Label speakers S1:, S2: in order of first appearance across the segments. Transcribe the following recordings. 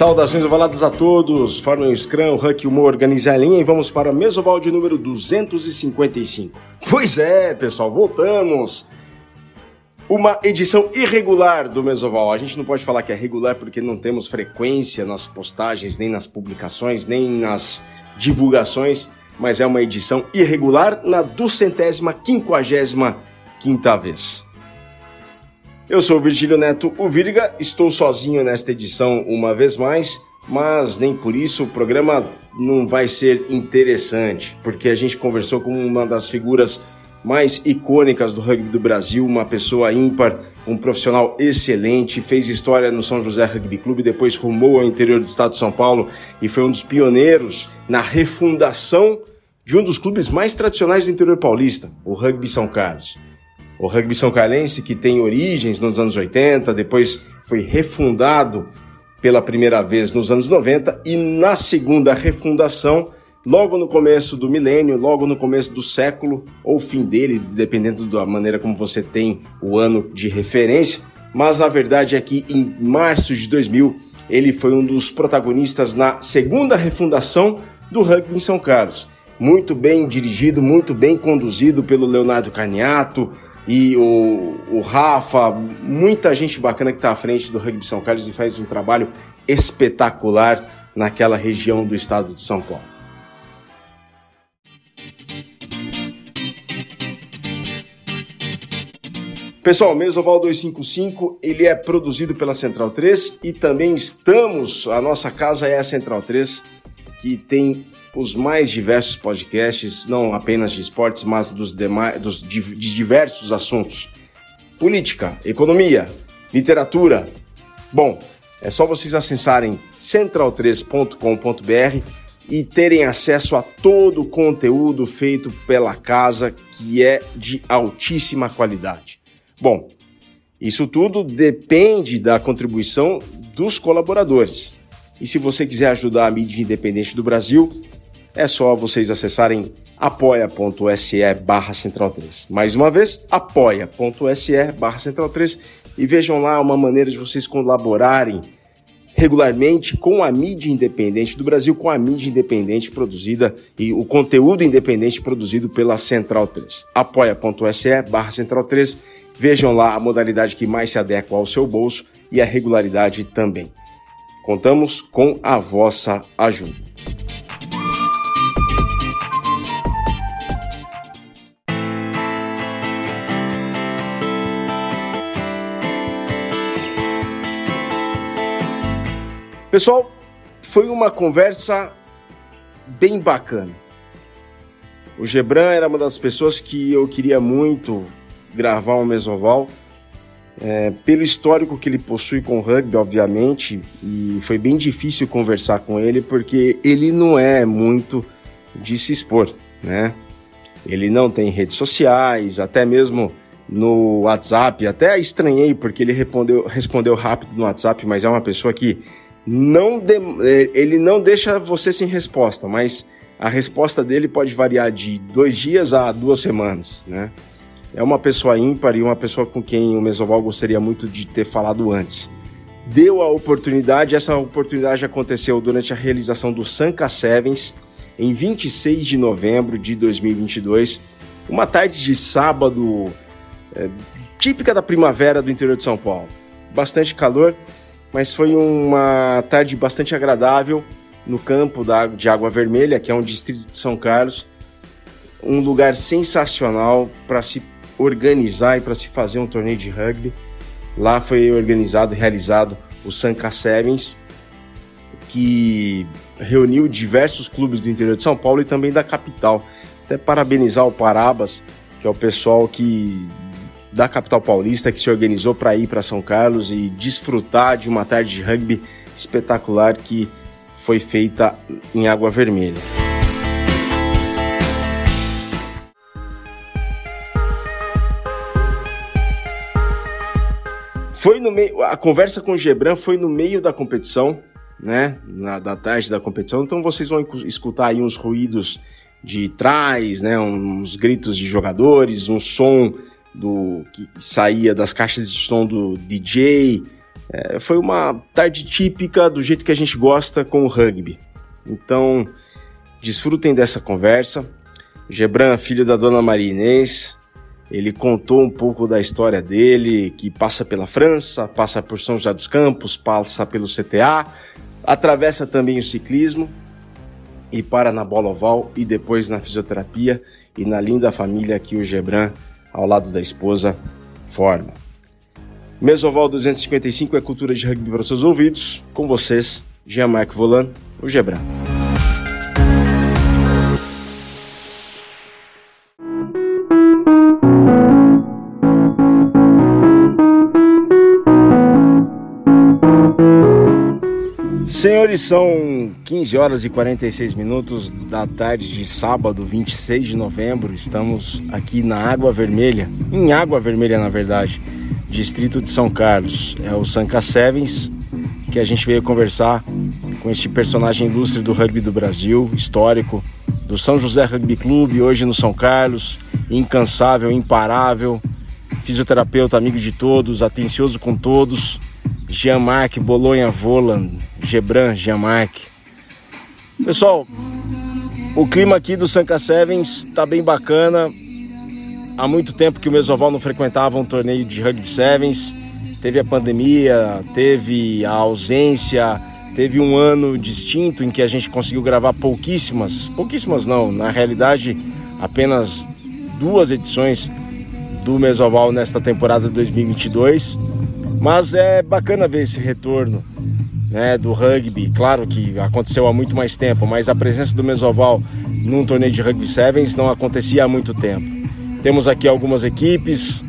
S1: Saudações ovaladas a todos, formem o Scrum, o Huck e o Mo organizem a linha e vamos para o Mesoval de número 255. Pois é, pessoal, voltamos! Uma edição irregular do Mesoval. A gente não pode falar que é regular porque não temos frequência nas postagens, nem nas publicações, nem nas divulgações, mas é uma edição irregular na 255ª vez. Eu sou o Virgílio Neto, o Virga, estou sozinho nesta edição uma vez mais, mas nem por isso o programa não vai ser interessante, porque a gente conversou com uma das figuras mais icônicas do rugby do Brasil, uma pessoa ímpar, um profissional excelente, fez história no São José Rugby Clube, depois rumou ao interior do estado de São Paulo e foi um dos pioneiros na refundação de um dos clubes mais tradicionais do interior paulista, o Rugby São Carlos. O rugby são carlense, que tem origens nos anos 80, depois foi refundado pela primeira vez nos anos 90 e na segunda refundação, logo no começo do milênio, logo no começo do século, ou fim dele, dependendo da maneira como você tem o ano de referência, mas a verdade é que em março de 2000 ele foi um dos protagonistas na segunda refundação do rugby em São Carlos. Muito bem dirigido, muito bem conduzido pelo Leonardo Carniato, e o Rafa, muita gente bacana que está à frente do Rugby São Carlos e faz um trabalho espetacular naquela região do estado de São Paulo. Pessoal, o Mesoval 255, ele é produzido pela Central 3 e também a nossa casa é a Central 3, que tem os mais diversos podcasts, não apenas de esportes, mas de diversos assuntos. Política, economia, literatura. Bom, é só vocês acessarem central3.com.br e terem acesso a todo o conteúdo feito pela casa, que é de altíssima qualidade. Bom, isso tudo depende da contribuição dos colaboradores. E se você quiser ajudar a mídia independente do Brasil, é só vocês acessarem apoia.se/Central3. Mais uma vez, apoia.se/Central3 e vejam lá uma maneira de vocês colaborarem regularmente com a mídia independente do Brasil, com a mídia independente produzida e o conteúdo independente produzido pela Central 3. apoia.se/Central3. Vejam lá a modalidade que mais se adequa ao seu bolso e a regularidade também. Contamos com a vossa ajuda. Pessoal, foi uma conversa bem bacana. O Gebran era uma das pessoas que eu queria muito gravar um Mesoval, pelo histórico que ele possui com o rugby, obviamente, e foi bem difícil conversar com ele, porque ele não é muito de se expor, né? Ele não tem redes sociais, até mesmo no WhatsApp, até estranhei, porque ele respondeu rápido no WhatsApp, mas é uma pessoa que ele não deixa você sem resposta, mas a resposta dele pode variar de 2 dias a 2 semanas, né? É uma pessoa ímpar e uma pessoa com quem o Mesoval gostaria muito de ter falado antes. Deu a oportunidade, essa oportunidade aconteceu durante a realização do Sanka Sevens, em 26 de novembro de 2022, uma tarde de sábado típica da primavera do interior de São Paulo. Bastante calor, mas foi uma tarde bastante agradável no campo de Água Vermelha, que é um distrito de São Carlos, um lugar sensacional para se organizar e para se fazer um torneio de rugby. Lá foi organizado e realizado o Sanka Sevens, que reuniu diversos clubes do interior de São Paulo e também da capital. Até parabenizar o Parabas, que é o pessoal da capital paulista que se organizou para ir para São Carlos e desfrutar de uma tarde de rugby espetacular que foi feita em Água Vermelha. A conversa com o Gebran foi no meio da competição, né? Da tarde da competição, então vocês vão escutar aí uns ruídos de trás, né? Uns gritos de jogadores, um som que saía das caixas de som do DJ, Foi uma tarde típica do jeito que a gente gosta com o rugby. Então, desfrutem dessa conversa. Gebran, filho da dona Maria Inês, ele contou um pouco da história dele, que passa pela França, passa por São José dos Campos, passa pelo CTA, atravessa também o ciclismo e para na bola oval e depois na fisioterapia e na linda família que o Gebran, ao lado da esposa, forma. Mesoval 255 é cultura de rugby para os seus ouvidos. Com vocês, Jean-Marc Volan, o Gebran. Senhores, são 15 horas e 46 minutos da tarde de sábado, 26 de novembro. Estamos aqui na Água Vermelha, em Água Vermelha, na verdade, distrito de São Carlos. É o Sanca Sevens, que a gente veio conversar com este personagem ilustre do rugby do Brasil, histórico, do São José Rugby Clube, hoje no São Carlos, incansável, imparável, fisioterapeuta, amigo de todos, atencioso com todos, Jean-Marc Bolonha Volan, Gebran, Jean-Marc. Pessoal, o clima aqui do Sanca Sevens tá bem bacana. Há muito tempo que o Mesoval não frequentava um torneio de Rugby Sevens. Teve a pandemia, teve a ausência, teve um ano distinto em que a gente conseguiu gravar pouquíssimas não, na realidade apenas 2 edições do Mesoval nesta temporada de 2022. Mas é bacana ver esse retorno, né, do rugby. Claro que aconteceu há muito mais tempo, mas a presença do Mesoval num torneio de Rugby Sevens não acontecia há muito tempo. Temos aqui algumas equipes,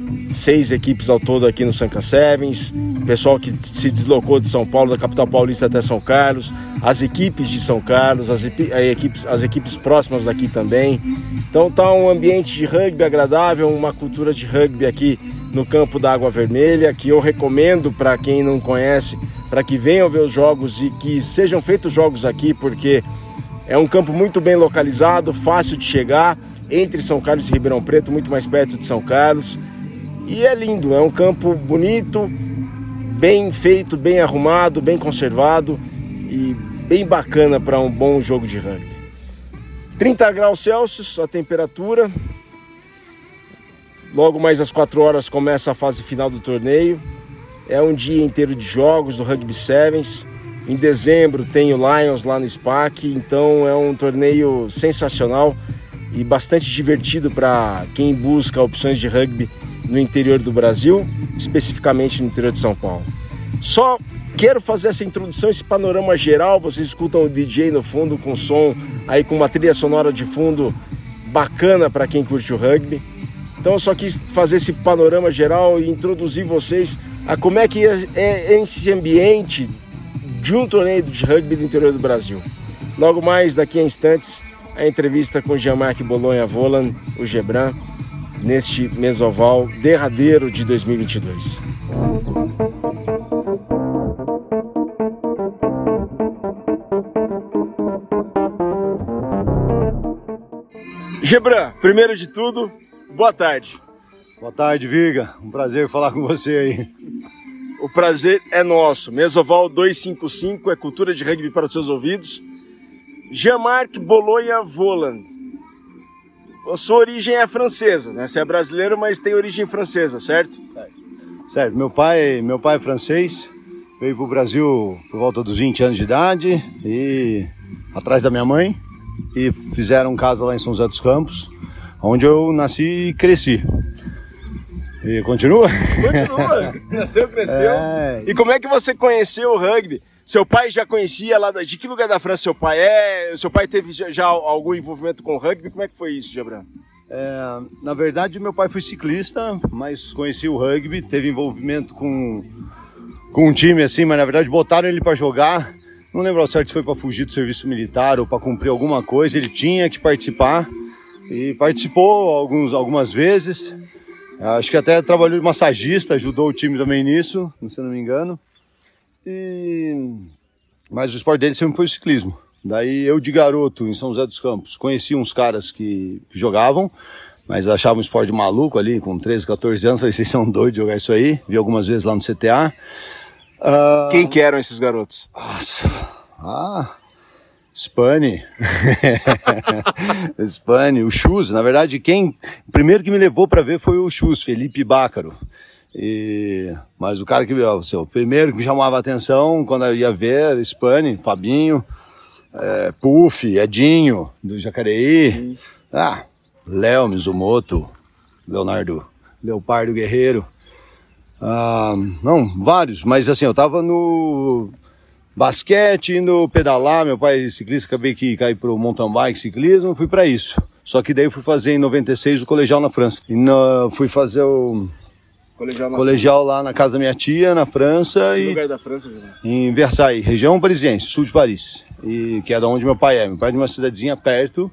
S1: 6 equipes ao todo aqui no Sanca Sevens, pessoal que se deslocou de São Paulo, da capital paulista até São Carlos, as equipes de São Carlos, as equipes próximas daqui também. Então tá um ambiente de rugby agradável, uma cultura de rugby aqui no campo da Água Vermelha, que eu recomendo para quem não conhece, para que venham ver os jogos e que sejam feitos jogos aqui, porque é um campo muito bem localizado, fácil de chegar, entre São Carlos e Ribeirão Preto, muito mais perto de São Carlos. E é lindo, é um campo bonito, bem feito, bem arrumado, bem conservado e bem bacana para um bom jogo de rugby. 30 graus Celsius a temperatura. Logo mais às 4 horas começa a fase final do torneio. É um dia inteiro de jogos do Rugby Sevens. Em dezembro tem o Lions lá no SPAC, então é um torneio sensacional e bastante divertido para quem busca opções de rugby no interior do Brasil, especificamente no interior de São Paulo. Só quero fazer essa introdução, esse panorama geral. Vocês escutam o DJ no fundo com som, aí com uma trilha sonora de fundo bacana para quem curte o rugby. Então eu só quis fazer esse panorama geral e introduzir vocês a como é que é esse ambiente de um torneio de rugby do interior do Brasil. Logo mais, daqui a instantes, a entrevista com Jean-Marc Bolonha Volan, o Gebran, neste Mesoval derradeiro de 2022. Gebran, primeiro de tudo, boa tarde.
S2: Boa tarde, Viga. Um prazer falar com você aí.
S1: O prazer é nosso. Mesoval 255 é cultura de rugby para os seus ouvidos. Jean-Marc Bolonha Volan. A sua origem é francesa, né? Você é brasileiro, mas tem origem francesa, certo?
S2: Certo. Meu pai é francês. Veio para o Brasil por volta dos 20 anos de idade e atrás da minha mãe. E fizeram casa lá em São José dos Campos, onde eu nasci e cresci. E continua?
S1: Continua. Nasceu, cresceu. E como é que você conheceu o rugby? Seu pai já conhecia lá de que lugar da França seu pai é? Seu pai teve já algum envolvimento com o rugby? Como é que foi isso, Gebran?
S2: Na verdade, meu pai foi ciclista, mas conhecia o rugby, teve envolvimento com um time assim, mas na verdade botaram ele para jogar. Não lembro ao certo se foi para fugir do serviço militar ou para cumprir alguma coisa. Ele tinha que participar e participou algumas vezes. Acho que até trabalhou de massagista, ajudou o time também nisso, se não me engano. Mas o esporte dele sempre foi o ciclismo. Daí eu de garoto em São José dos Campos conheci uns caras que jogavam, mas achavam um esporte maluco ali com 13, 14 anos. Falei, vocês são doidos de jogar isso aí. Vi algumas vezes lá no CTA.
S1: Quem que eram esses garotos?
S2: Nossa. Spani. Spani, o Chus. Na verdade, o primeiro que me levou para ver foi o Chus, Felipe Bácaro. Mas o cara o primeiro que me chamava a atenção quando eu ia ver, Spani, Fabinho, Puff, Edinho, do Jacareí. Léo Mizumoto, Leopardo Guerreiro. Não, vários, mas assim, eu tava no basquete, no pedalar, meu pai é ciclista, acabei que caí pro mountain bike, ciclismo, fui pra isso. Só que daí eu fui fazer em 96 o colegial na França. Fui fazer o colegial lá na casa da minha tia, na França.
S1: Que lugar da França?
S2: Em Versailles, região parisiense, sul de Paris, que é de onde meu pai é. Meu pai é de uma cidadezinha perto.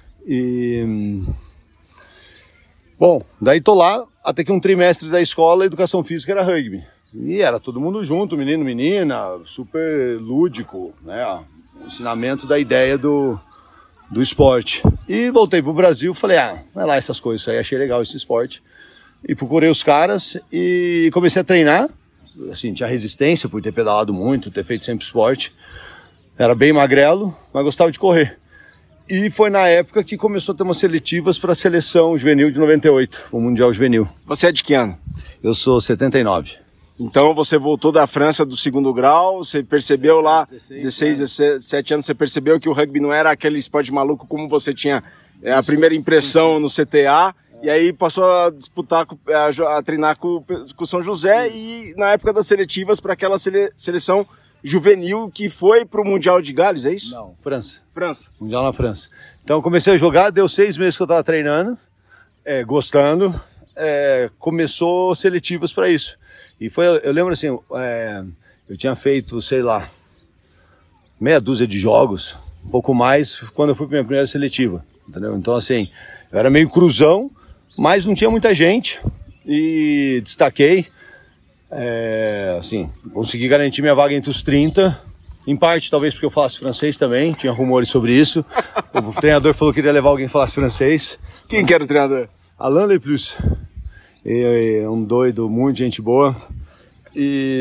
S2: Bom, daí tô lá, até que um trimestre da escola, a educação física era rugby. E era todo mundo junto, menino, menina, super lúdico, né? Ensinamento da ideia do esporte. E voltei pro Brasil, falei, vai lá essas coisas, aí achei legal esse esporte. E procurei os caras e comecei a treinar. Assim, tinha resistência por ter pedalado muito, ter feito sempre esporte. Era bem magrelo, mas gostava de correr. E foi na época que começou a ter umas seletivas para a seleção juvenil de 98, o Mundial Juvenil.
S1: Você é de que ano?
S2: Eu sou 79.
S1: Então você voltou da França do segundo grau, você percebeu lá, 16, 17 anos, você percebeu que o rugby não era aquele esporte maluco como você tinha a primeira impressão no CTA, e aí passou a disputar, a treinar com o São José, e na época das seletivas para aquela seleção juvenil que foi pro Mundial de Gales, é isso?
S2: Não, França.
S1: Mundial
S2: na França. Então comecei a jogar, deu 6 meses que eu tava treinando, gostando, começou seletivas para isso. E eu lembro assim, eu tinha feito, sei lá, meia dúzia de jogos, um pouco mais, quando eu fui pra minha primeira seletiva, entendeu? Então assim, eu era meio cruzão, mas não tinha muita gente e destaquei. Assim, consegui garantir minha vaga entre os 30, em parte talvez porque eu falasse francês também, tinha rumores sobre isso. O treinador falou que queria levar alguém que falasse francês.
S1: Quem que era o treinador?
S2: Alain Leplus, um doido, muito gente boa. E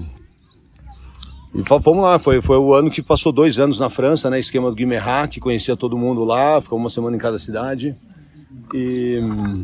S2: fomos lá, foi o ano que passou 2 anos na França, né, esquema do Guimerá, que conhecia todo mundo lá, ficou uma semana em cada cidade. E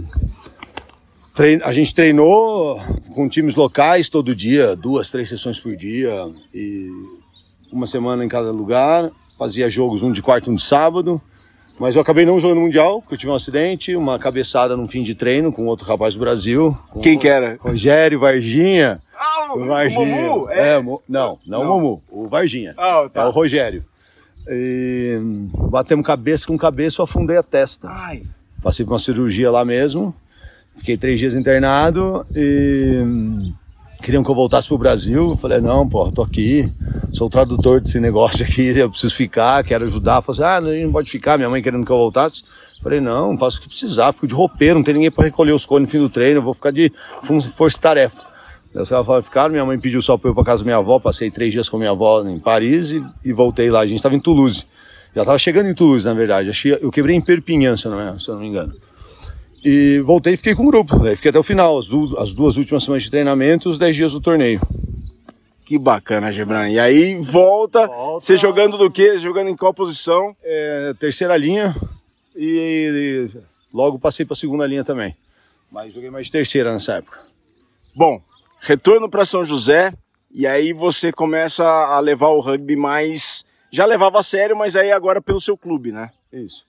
S2: a gente treinou com times locais todo dia, 2, 3 sessões por dia, e uma semana em cada lugar, fazia jogos um de quarta e um de sábado, mas eu acabei não jogando Mundial, porque eu tive um acidente, uma cabeçada num fim de treino com outro rapaz do Brasil.
S1: Quem que era?
S2: Rogério Varginha.
S1: O Varginha.
S2: Momu? Não o Momu, o Varginha.
S1: Tá.
S2: É o Rogério. E batemos cabeça com cabeça, eu afundei a testa.
S1: Ai.
S2: Passei por uma cirurgia lá mesmo. Fiquei 3 dias internado e queriam que eu voltasse pro Brasil. Eu falei, não, pô, tô aqui, sou o tradutor desse negócio aqui, eu preciso ficar, quero ajudar. Falei, não pode ficar, minha mãe querendo que eu voltasse. Eu falei, não, faço o que precisar, fico de roupeiro, não tem ninguém para recolher os cones no fim do treino, eu vou ficar de força-tarefa. Os caras falaram, ficaram, minha mãe pediu só pra eu ir pra casa da minha avó, passei 3 dias com a minha avó em Paris e voltei lá. A gente tava em Toulouse, já tava chegando em Toulouse, na verdade. Eu quebrei em Perpignan, se eu não me engano. E voltei e fiquei com o grupo. Daí fiquei até o final, as 2 últimas semanas de treinamento, os 10 dias do torneio.
S1: Que bacana, Gebran. E aí volta. Você jogando do quê? Jogando em qual posição?
S2: Terceira linha e logo passei pra segunda linha também. Mas joguei mais de terceira nessa época.
S1: Bom, retorno para São José e aí você começa a levar o rugby mais... Já levava a sério, mas aí agora pelo seu clube, né?
S2: Isso.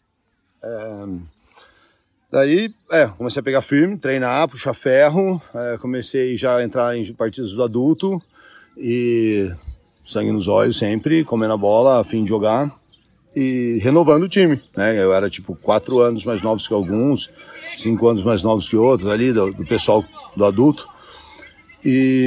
S2: Daí, comecei a pegar firme, treinar, puxar ferro, comecei já a entrar em partidas do adulto e sangue nos olhos sempre, comendo a bola, a fim de jogar e renovando o time, né? Eu era tipo 4 anos mais novos que alguns, 5 anos mais novos que outros ali, do pessoal do adulto. E,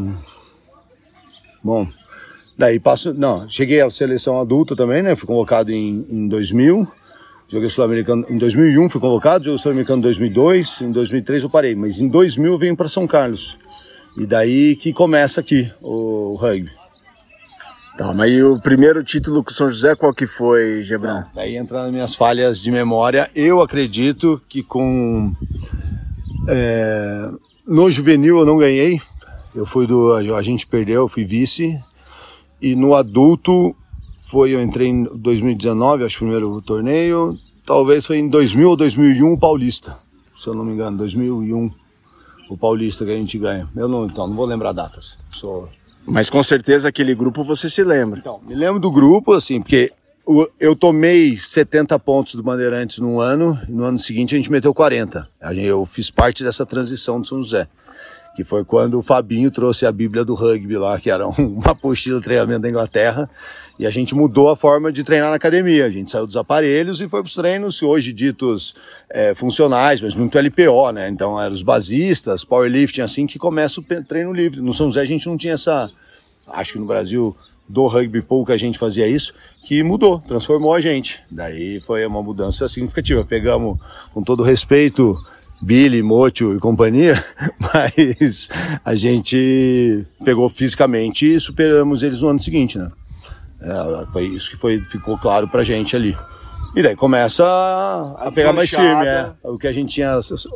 S2: bom, daí cheguei à seleção adulta também, né? Fui convocado em 2000. Joguei Sul-Americano em 2001, fui convocado, joguei Sul-Americano em 2002, em 2003 eu parei, mas em 2000 eu venho para São Carlos. E daí que começa aqui o rugby.
S1: Tá, mas e o primeiro título com o São José, qual que foi, Gebran?
S2: Daí entra nas minhas falhas de memória. Eu acredito que no juvenil eu não ganhei, A gente perdeu, eu fui vice. E no adulto, eu entrei em 2019, acho que o primeiro torneio. Talvez foi em 2000 ou 2001 o Paulista. Se eu não me engano, 2001 o Paulista que a gente ganha. Eu não vou lembrar datas.
S1: Mas com certeza aquele grupo você se lembra.
S2: Então, me lembro do grupo, assim, porque eu tomei 70 pontos do Bandeirantes num ano, e no ano seguinte a gente meteu 40. Eu fiz parte dessa transição do São José, que foi quando o Fabinho trouxe a Bíblia do rugby lá, que era uma apostila de treinamento da Inglaterra, e a gente mudou a forma de treinar na academia. A gente saiu dos aparelhos e foi para os treinos, hoje ditos funcionais, mas muito LPO, né? Então eram os basistas, powerlifting, assim, que começa o treino livre. No São José a gente não tinha acho que no Brasil, do rugby pouca gente fazia isso, que mudou, transformou a gente. Daí foi uma mudança significativa. Pegamos, com todo respeito, Billy, Mocho e companhia, mas a gente pegou fisicamente e superamos eles no ano seguinte, né? Foi isso que ficou claro pra gente ali. E daí começa a pegar mais firme, o que a gente tinha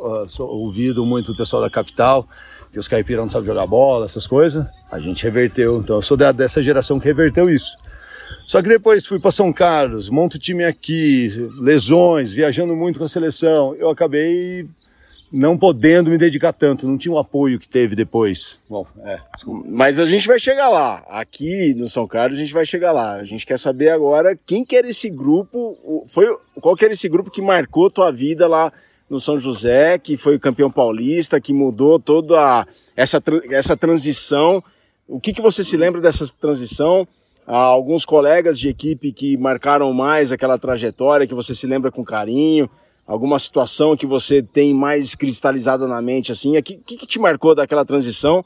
S2: ouvido muito do pessoal da capital, que os caipiras não sabem jogar bola, essas coisas, a gente reverteu. Então eu sou dessa geração que reverteu isso. Só que depois fui para São Carlos, monto o time aqui, lesões, viajando muito com a seleção, eu acabei não podendo me dedicar tanto, não tinha o apoio que teve depois. Bom,
S1: desculpa. Mas a gente vai chegar lá, aqui no São Carlos a gente vai chegar lá. A gente quer saber agora quem que era esse grupo, qual que era esse grupo que marcou tua vida lá no São José, que foi o campeão paulista, que mudou toda essa transição. O que você se lembra dessa transição? Alguns colegas de equipe que marcaram mais aquela trajetória, que você se lembra com carinho? Alguma situação que você tem mais cristalizada na mente, assim? O que te marcou daquela transição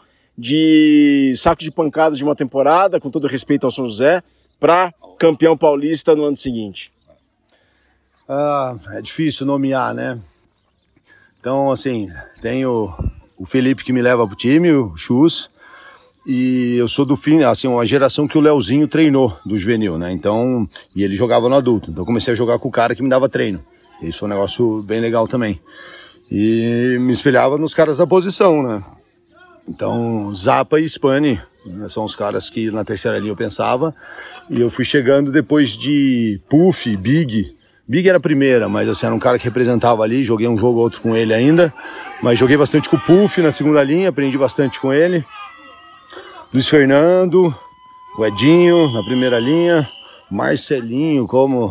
S1: de saco de pancadas de uma temporada, com todo respeito ao São José, para campeão paulista no ano seguinte?
S2: É difícil nomear, né? Então, assim, tem o Felipe que me leva pro time, o Chus, e eu sou do fim, assim, uma geração que o Leozinho treinou do juvenil, né? Então, e ele jogava no adulto, então eu comecei a jogar com o cara que me dava treino. Isso foi um negócio bem legal também. E me espelhava nos caras da posição, né? Então, Zapa e Spani, né, são os caras que na terceira linha eu pensava. E eu fui chegando depois de Puff, Big. Big era a primeira, mas assim, era um cara que representava ali. Joguei um jogo ou outro com ele ainda. Mas joguei bastante com o Puff na segunda linha, aprendi bastante com ele. Luiz Fernando, o Edinho na primeira linha. Marcelinho,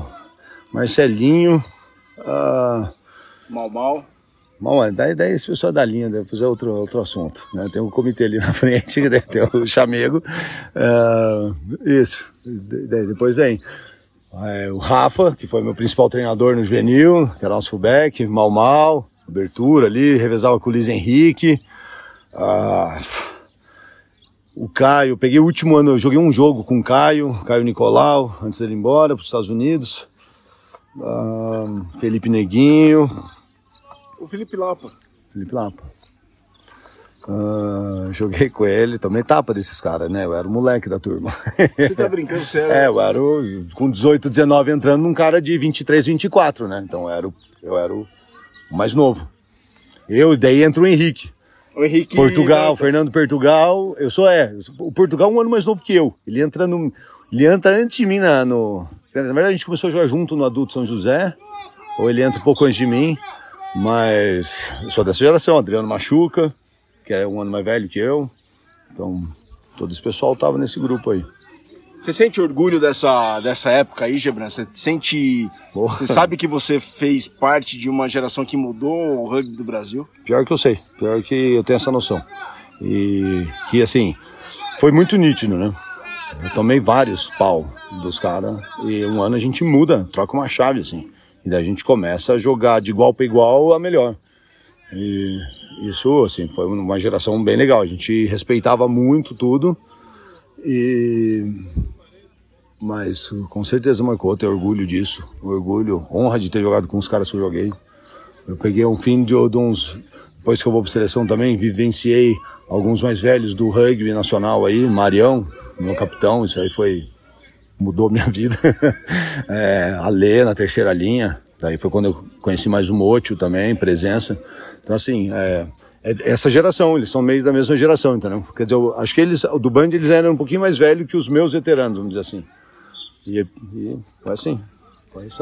S1: Mal.
S2: Daí esse pessoal da linha, depois é outro assunto, né? Tem um comitê ali na frente, tem o chamego, isso, depois vem o Rafa, que foi meu principal treinador no juvenil, que era nosso fullback, Mal, abertura ali, revezava com o Luiz Henrique, o Caio, peguei o último ano, eu joguei um jogo com o Caio Nicolau, antes dele ir embora para os Estados Unidos, Felipe Neguinho,
S1: o Felipe Lapa.
S2: Joguei com ele, tomei tapa desses caras, né? Eu era o moleque da turma.
S1: Você tá brincando, sério?
S2: Eu era com 18, 19 entrando num cara de 23, 24, né? Então eu era o mais novo. Daí entra o Henrique. Portugal, Fernando Portugal. O Portugal é um ano mais novo que eu. Ele entra antes de mim na verdade a gente começou a jogar junto no adulto São José, ou ele entra um pouco antes de mim, mas eu sou dessa geração. Adriano Machuca, que é um ano mais velho que eu, então todo esse pessoal tava nesse grupo aí.
S1: Você sente orgulho dessa época aí, Gebran? Você sabe que você fez parte de uma geração que mudou o rugby do Brasil?
S2: Pior que eu sei, pior que eu tenho essa noção. E que assim, foi muito nítido, né? Eu tomei vários pau dos caras e um ano a gente muda, troca uma chave assim. E daí a gente começa a jogar de igual para igual a melhor. E isso, assim, foi uma geração bem legal. A gente respeitava muito tudo. Mas com certeza marcou, tenho orgulho disso. Orgulho, honra de ter jogado com os caras que eu joguei. Eu peguei um fim de uns... Depois que eu vou para seleção também, vivenciei alguns mais velhos do rugby nacional aí. Marião, meu capitão, isso aí mudou minha vida. Alê na terceira linha. Daí foi quando eu conheci mais o Mocho também, presença. Então assim, essa geração, eles são meio da mesma geração, entendeu? Quer dizer, eu acho que do Band eles eram um pouquinho mais velhos que os meus veteranos, vamos dizer assim. E foi assim, foi isso.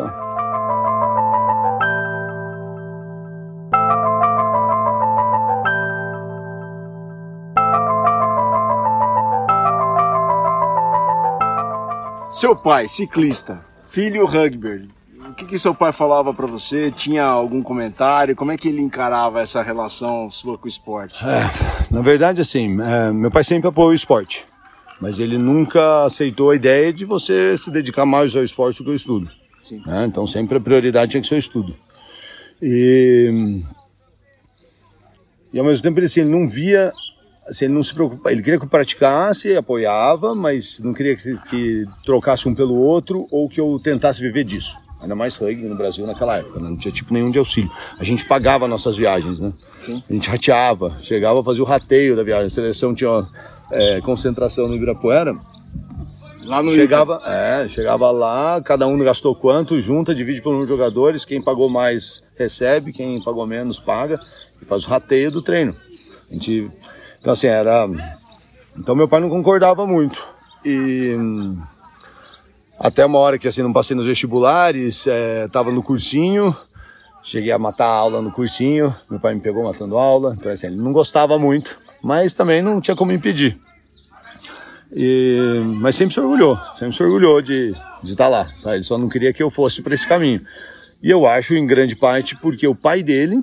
S1: Seu pai, ciclista, filho rugby, o que seu pai falava pra você? Tinha algum comentário? Como é que ele encarava essa relação sua com o esporte?
S2: Na verdade, assim, meu pai sempre apoiou o esporte, mas ele nunca aceitou a ideia de você se dedicar mais ao esporte do que ao estudo.
S1: Sim.
S2: Então sempre a prioridade tinha que ser o estudo. E ao mesmo tempo ele não via, assim, ele não se preocupava, ele queria que eu praticasse, apoiava, mas não queria que trocasse um pelo outro ou que eu tentasse viver disso. Ainda mais rugby no Brasil naquela época, né? Não tinha tipo nenhum de auxílio. A gente pagava nossas viagens, né?
S1: Sim.
S2: A gente rateava, chegava a fazer o rateio da viagem. A seleção tinha concentração no Ibirapuera.
S1: Lá no
S2: chegava lá, cada um gastou quanto, junta, divide pelo número de jogadores, quem pagou mais recebe, quem pagou menos paga, e faz o rateio do treino. Então assim, Então meu pai não concordava muito. Até uma hora que assim, não passei nos vestibulares, tava no cursinho, cheguei a matar a aula no cursinho, meu pai me pegou matando aula, então assim, ele não gostava muito, mas também não tinha como impedir. Mas sempre se orgulhou de estar lá, sabe? Ele só não queria que eu fosse para esse caminho. E eu acho, em grande parte, porque o pai dele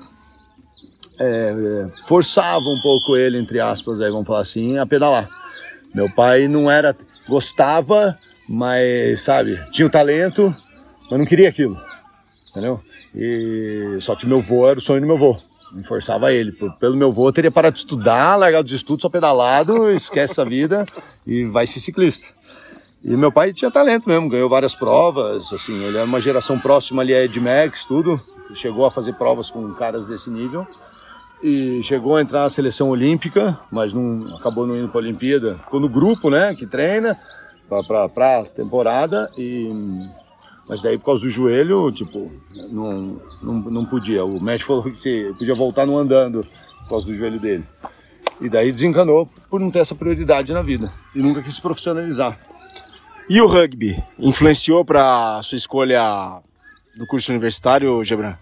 S2: forçava um pouco ele, entre aspas, vamos falar assim, a pedalar. Meu pai gostava, mas, sabe, tinha o talento, mas não queria aquilo, entendeu? Só que meu avô era o sonho do meu avô, me forçava ele. Pelo meu avô, eu teria parado de estudar, largado de estudo, só pedalado, esquece essa vida e vai ser ciclista. E meu pai tinha talento mesmo, ganhou várias provas, assim, ele é uma geração próxima ali, Ed Max, tudo, chegou a fazer provas com caras desse nível. E chegou a entrar na seleção olímpica, mas acabou não indo para a Olimpíada. Ficou no grupo, né, que treina para a temporada. Mas daí, por causa do joelho, tipo, não podia. O médico falou que podia voltar não andando por causa do joelho dele. E daí desencanou por não ter essa prioridade na vida. E nunca quis se profissionalizar.
S1: E o rugby influenciou para a sua escolha do curso universitário, Gebran?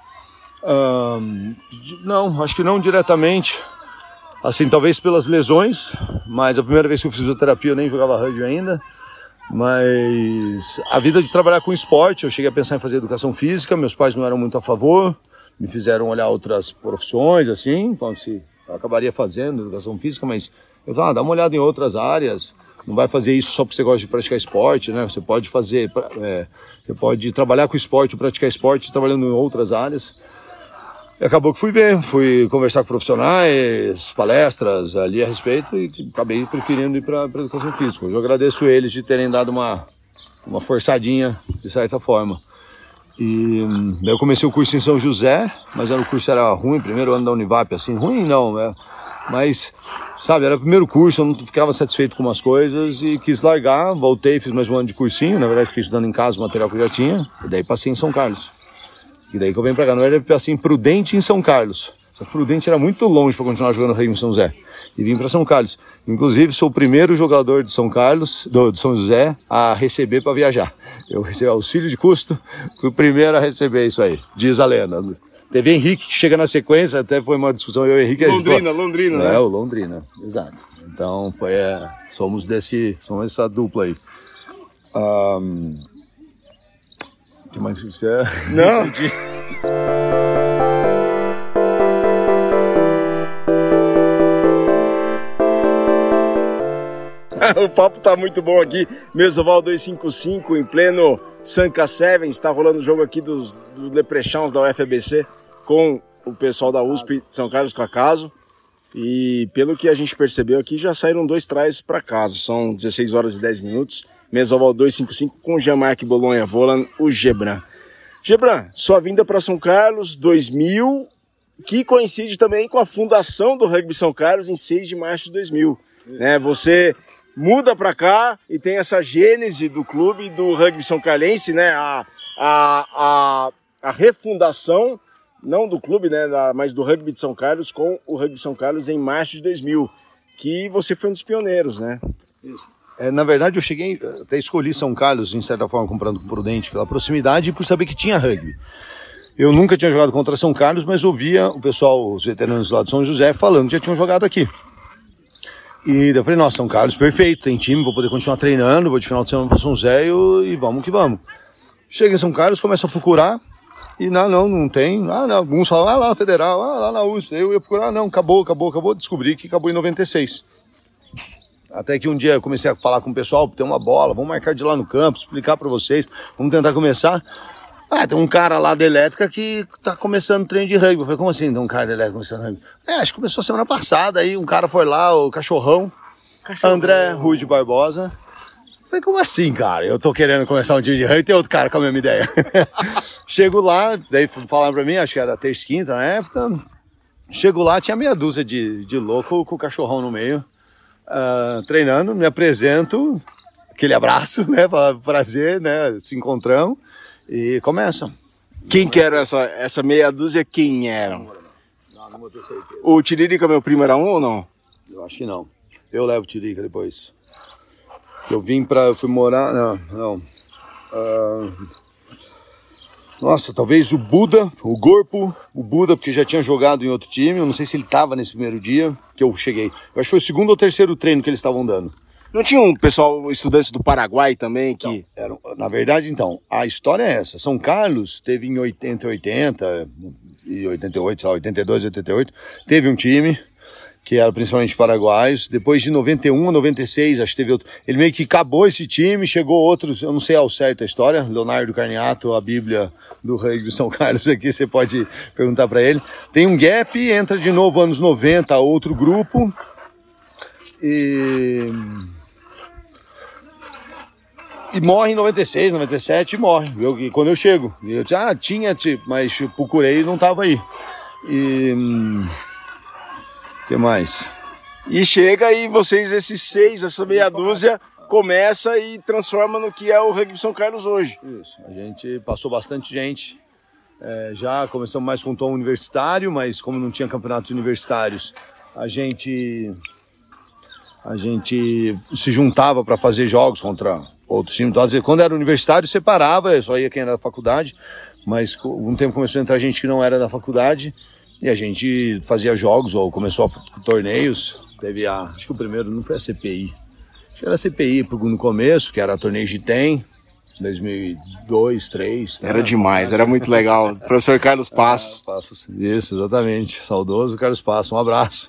S2: Não, acho que não diretamente, assim, talvez pelas lesões, mas a primeira vez que eu fiz fisioterapia eu nem jogava rugby ainda, mas a vida de trabalhar com esporte, eu cheguei a pensar em fazer educação física, meus pais não eram muito a favor, me fizeram olhar outras profissões, assim, falando se eu acabaria fazendo educação física, mas eu falei, dá uma olhada em outras áreas, não vai fazer isso só porque você gosta de praticar esporte, né? Você pode você pode trabalhar com esporte, praticar esporte, trabalhando em outras áreas. E acabou que fui conversar com profissionais, palestras ali a respeito e acabei preferindo ir para educação física. Eu agradeço eles de terem dado uma forçadinha, de certa forma. E daí eu comecei o curso em São José, mas o curso era ruim, primeiro ano da Univap, assim, ruim não, mas, sabe, era o primeiro curso, eu não ficava satisfeito com umas coisas e quis largar, voltei, fiz mais um ano de cursinho, na verdade fiquei estudando em casa o material que eu já tinha, e daí passei em São Carlos. E daí que eu venho pra cá, não era assim, Prudente em São Carlos. Só que Prudente era muito longe para continuar jogando rugby em São José. E vim para São Carlos. Inclusive, sou o primeiro jogador de São Carlos, de São José, a receber para viajar. Eu recebi auxílio de custo, fui o primeiro a receber isso aí, diz a lenda. Teve Henrique, que chega na sequência, até foi uma discussão, eu e o Henrique...
S1: Londrina, né?
S2: O Londrina, exato. Então, somos essa dupla aí. O que mais que você...
S1: Não. O papo tá muito bom aqui. Mesoval 255 em pleno Sanca Sevens. Está rolando o jogo aqui do Leprechauns da UFABC com o pessoal da USP de São Carlos com a Caso. E pelo que a gente percebeu aqui, já saíram 2 tries para Caso. São 16 horas e 10 minutos. Mesoval 255 com Jean-Marc Bolonha Volan, o Gebran. Gebran, sua vinda para São Carlos 2000, que coincide também com a fundação do Rugby São Carlos em 6 de março de 2000. Né? Você muda para cá e tem essa gênese do clube do Rugby São Carlense, né? A refundação não do clube, né, mas do rugby de São Carlos com o rugby de São Carlos em março de 2000, que você foi um dos pioneiros, né?
S2: Isso. Na verdade, eu cheguei, até escolhi São Carlos, em certa forma, comprando com Prudente pela proximidade e por saber que tinha rugby. Eu nunca tinha jogado contra São Carlos, mas ouvia o pessoal, os veteranos lá de São José, falando que já tinham jogado aqui. E daí eu falei, nossa, São Carlos, perfeito, tem time, vou poder continuar treinando, vou de final de semana para São José e vamos que vamos. Chega em São Carlos, começa a procurar, e não tem. Não, alguns falam, lá, Federal, lá na USP. Eu ia procurar, não, acabou. Descobri que acabou em 96. Até que um dia eu comecei a falar com o pessoal, tem uma bola, vamos marcar de lá no campo, explicar para vocês, vamos tentar começar. Tem um cara lá da elétrica que tá começando treino de rugby. Eu falei, como assim, tem um cara da elétrica começando rugby? Acho que começou semana passada, aí um cara foi lá, o Cachorrão. André Rude Barbosa. Eu falei, como assim, cara? Eu tô querendo começar um time de rugby e tem outro cara com a mesma ideia. Chego lá, daí falaram pra mim, acho que era terça e quinta na época. Chego lá, tinha meia dúzia de louco com o Cachorrão no meio. Treinando, me apresento, aquele abraço, né? Prazer, né? Se encontramos. E começam.
S1: Quem que era essa meia dúzia? Quem eram?
S2: Não vou ter certeza.
S1: O Tiririca, meu primo, era um ou não?
S2: Eu acho que não. Eu levo o Tiririca depois. Eu fui morar... Não. Nossa, talvez o Buda, o Gorpo, o Buda, porque já tinha jogado em outro time. Eu não sei se ele estava nesse primeiro dia que eu cheguei. Eu acho que foi o segundo ou terceiro treino que eles estavam dando.
S1: Não tinha um pessoal, estudantes do Paraguai também que...
S2: Então, na verdade, então, a história é essa. São Carlos teve entre 80 e 88, sei lá, 82 e 88, teve um time que era principalmente paraguaios. Depois de 91 a 96, acho que teve outro. Ele meio que acabou esse time, chegou outros, eu não sei ao certo a história, Leonardo Carniato, a bíblia do rugby São Carlos aqui, você pode perguntar para ele. Tem um gap, entra de novo anos 90, outro grupo, e morre em 96, 97 e morre. Quando eu chego. Eu tinha, mas eu procurei e não tava aí. E... o que mais?
S1: E chega e vocês, esses 6, essa meia dúzia, começa e transforma no que é o rugby São Carlos hoje.
S2: Isso. A gente passou bastante gente. Já começamos mais com um tom universitário, mas como não tinha campeonatos universitários, a gente se juntava para fazer jogos contra outros times. Então, às vezes, quando era universitário, separava, só ia quem era da faculdade, mas um tempo começou a entrar gente que não era da faculdade e a gente fazia jogos ou começou torneios. Teve acho que o primeiro não foi a CPI, acho que era a CPI no começo, que era torneio de TEM, 2002, 2003.
S1: Era demais, era muito legal. Professor Carlos Passos.
S2: Passos. Isso, exatamente. Saudoso Carlos Passos, um abraço.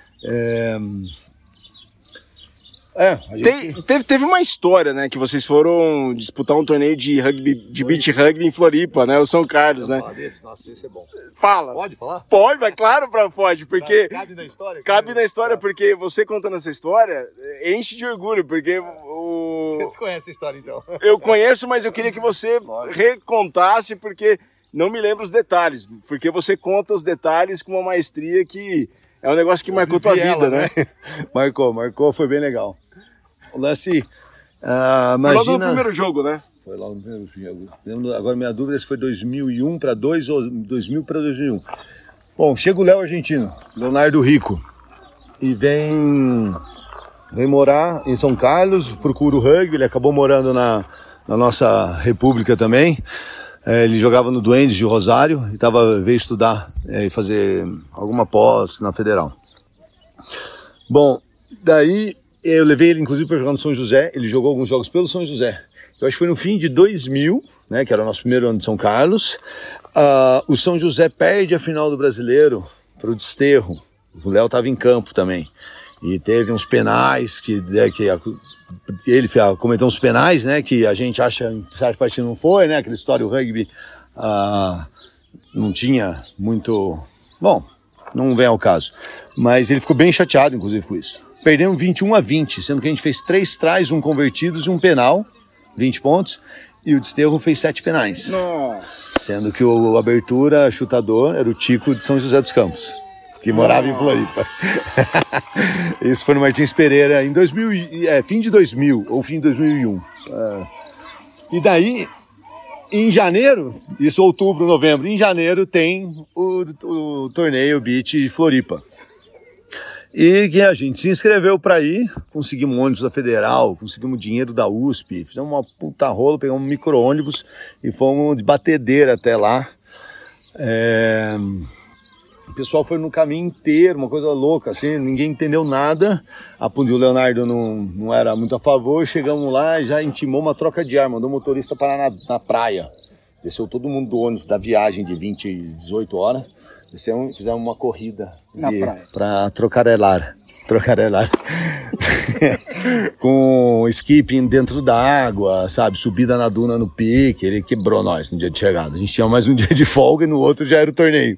S1: Teve uma história, né, que vocês foram disputar um torneio de rugby, de beach rugby em Floripa, né, o São Carlos, né?
S2: Nossa, esse é bom.
S1: Fala.
S2: Pode falar?
S1: Pode, mas claro, pode, porque...
S2: Cabe na história?
S1: Cabe na história, porque você contando essa história enche de orgulho, porque
S2: Você conhece a história, então?
S1: Eu conheço, mas eu queria que você recontasse, porque não me lembro os detalhes, porque você conta os detalhes com uma maestria que é um negócio que marcou tua vida, né?
S2: Marcou, foi bem legal. O lance,
S1: imagina... Foi logo no primeiro jogo, né?
S2: Foi logo no primeiro jogo. Agora minha dúvida é se foi 2001 para 2 ou 2000 para 2001. Bom, chega o Léo argentino, Leonardo Rico, e vem morar em São Carlos, procura o rugby, ele acabou morando na nossa república também. Ele jogava no Duendes de Rosário e veio estudar e fazer alguma pós na Federal. Bom, daí eu levei ele inclusive para jogar no São José, ele jogou alguns jogos pelo São José. Eu acho que foi no fim de 2000, né, que era o nosso primeiro ano de São Carlos. O São José perde a final do Brasileiro para o Desterro. O Léo estava em campo também. E teve uns penais que ele cometeu uns penais, né, que a gente acha que certa parte não foi, né, aquela história, o rugby não tinha muito... Bom, não vem ao caso. Mas ele ficou bem chateado, inclusive, com isso. Perdemos 21-20, sendo que a gente fez 3 tries, 1 convertidos e 1 penal, 20 pontos, e o Desterro fez 7 penais.
S1: Nossa.
S2: Sendo que o abertura, chutador, era o Tico de São José dos Campos, que morava em Floripa. Isso foi no Martins Pereira em 2000, fim de 2000 ou fim de 2001. E daí, Em janeiro, isso outubro, novembro, em janeiro tem o torneio Beach Floripa. E que a gente se inscreveu para ir, conseguimos um ônibus da Federal, conseguimos dinheiro da USP, fizemos uma puta rola, pegamos um micro-ônibus e fomos de batedeira até lá. O pessoal foi no caminho inteiro, uma coisa louca, assim, ninguém entendeu nada. O Leonardo não era muito a favor, chegamos lá e já intimou uma troca de arma, mandou o motorista parar na praia. Desceu todo mundo do ônibus da viagem de 18 horas, descemos e fizemos uma corrida para trocarelar. Com skipping dentro da água, sabe, subida na duna no pique. Ele quebrou nós no dia de chegada. A gente tinha mais um dia de folga e no outro já era o torneio.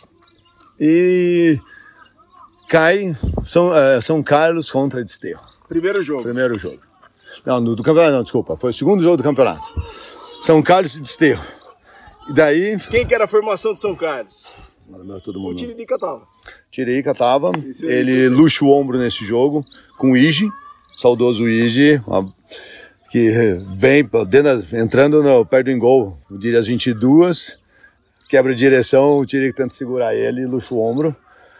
S2: E cai São Carlos contra Desterro.
S1: Primeiro jogo.
S2: Não, do campeonato não, desculpa. Foi o segundo jogo do campeonato. São Carlos e Desterro. E daí...
S1: Quem que era a formação de São Carlos?
S2: Todo mundo.
S1: O Tiririca tava.
S2: Tiririca tava. Ele luxa o ombro nesse jogo com o Igi, saudoso Igi, que vem entrando perto do gol, eu diria as 22, quebra de direção, o Tiririca tenta segurar ele, luxa o ombro.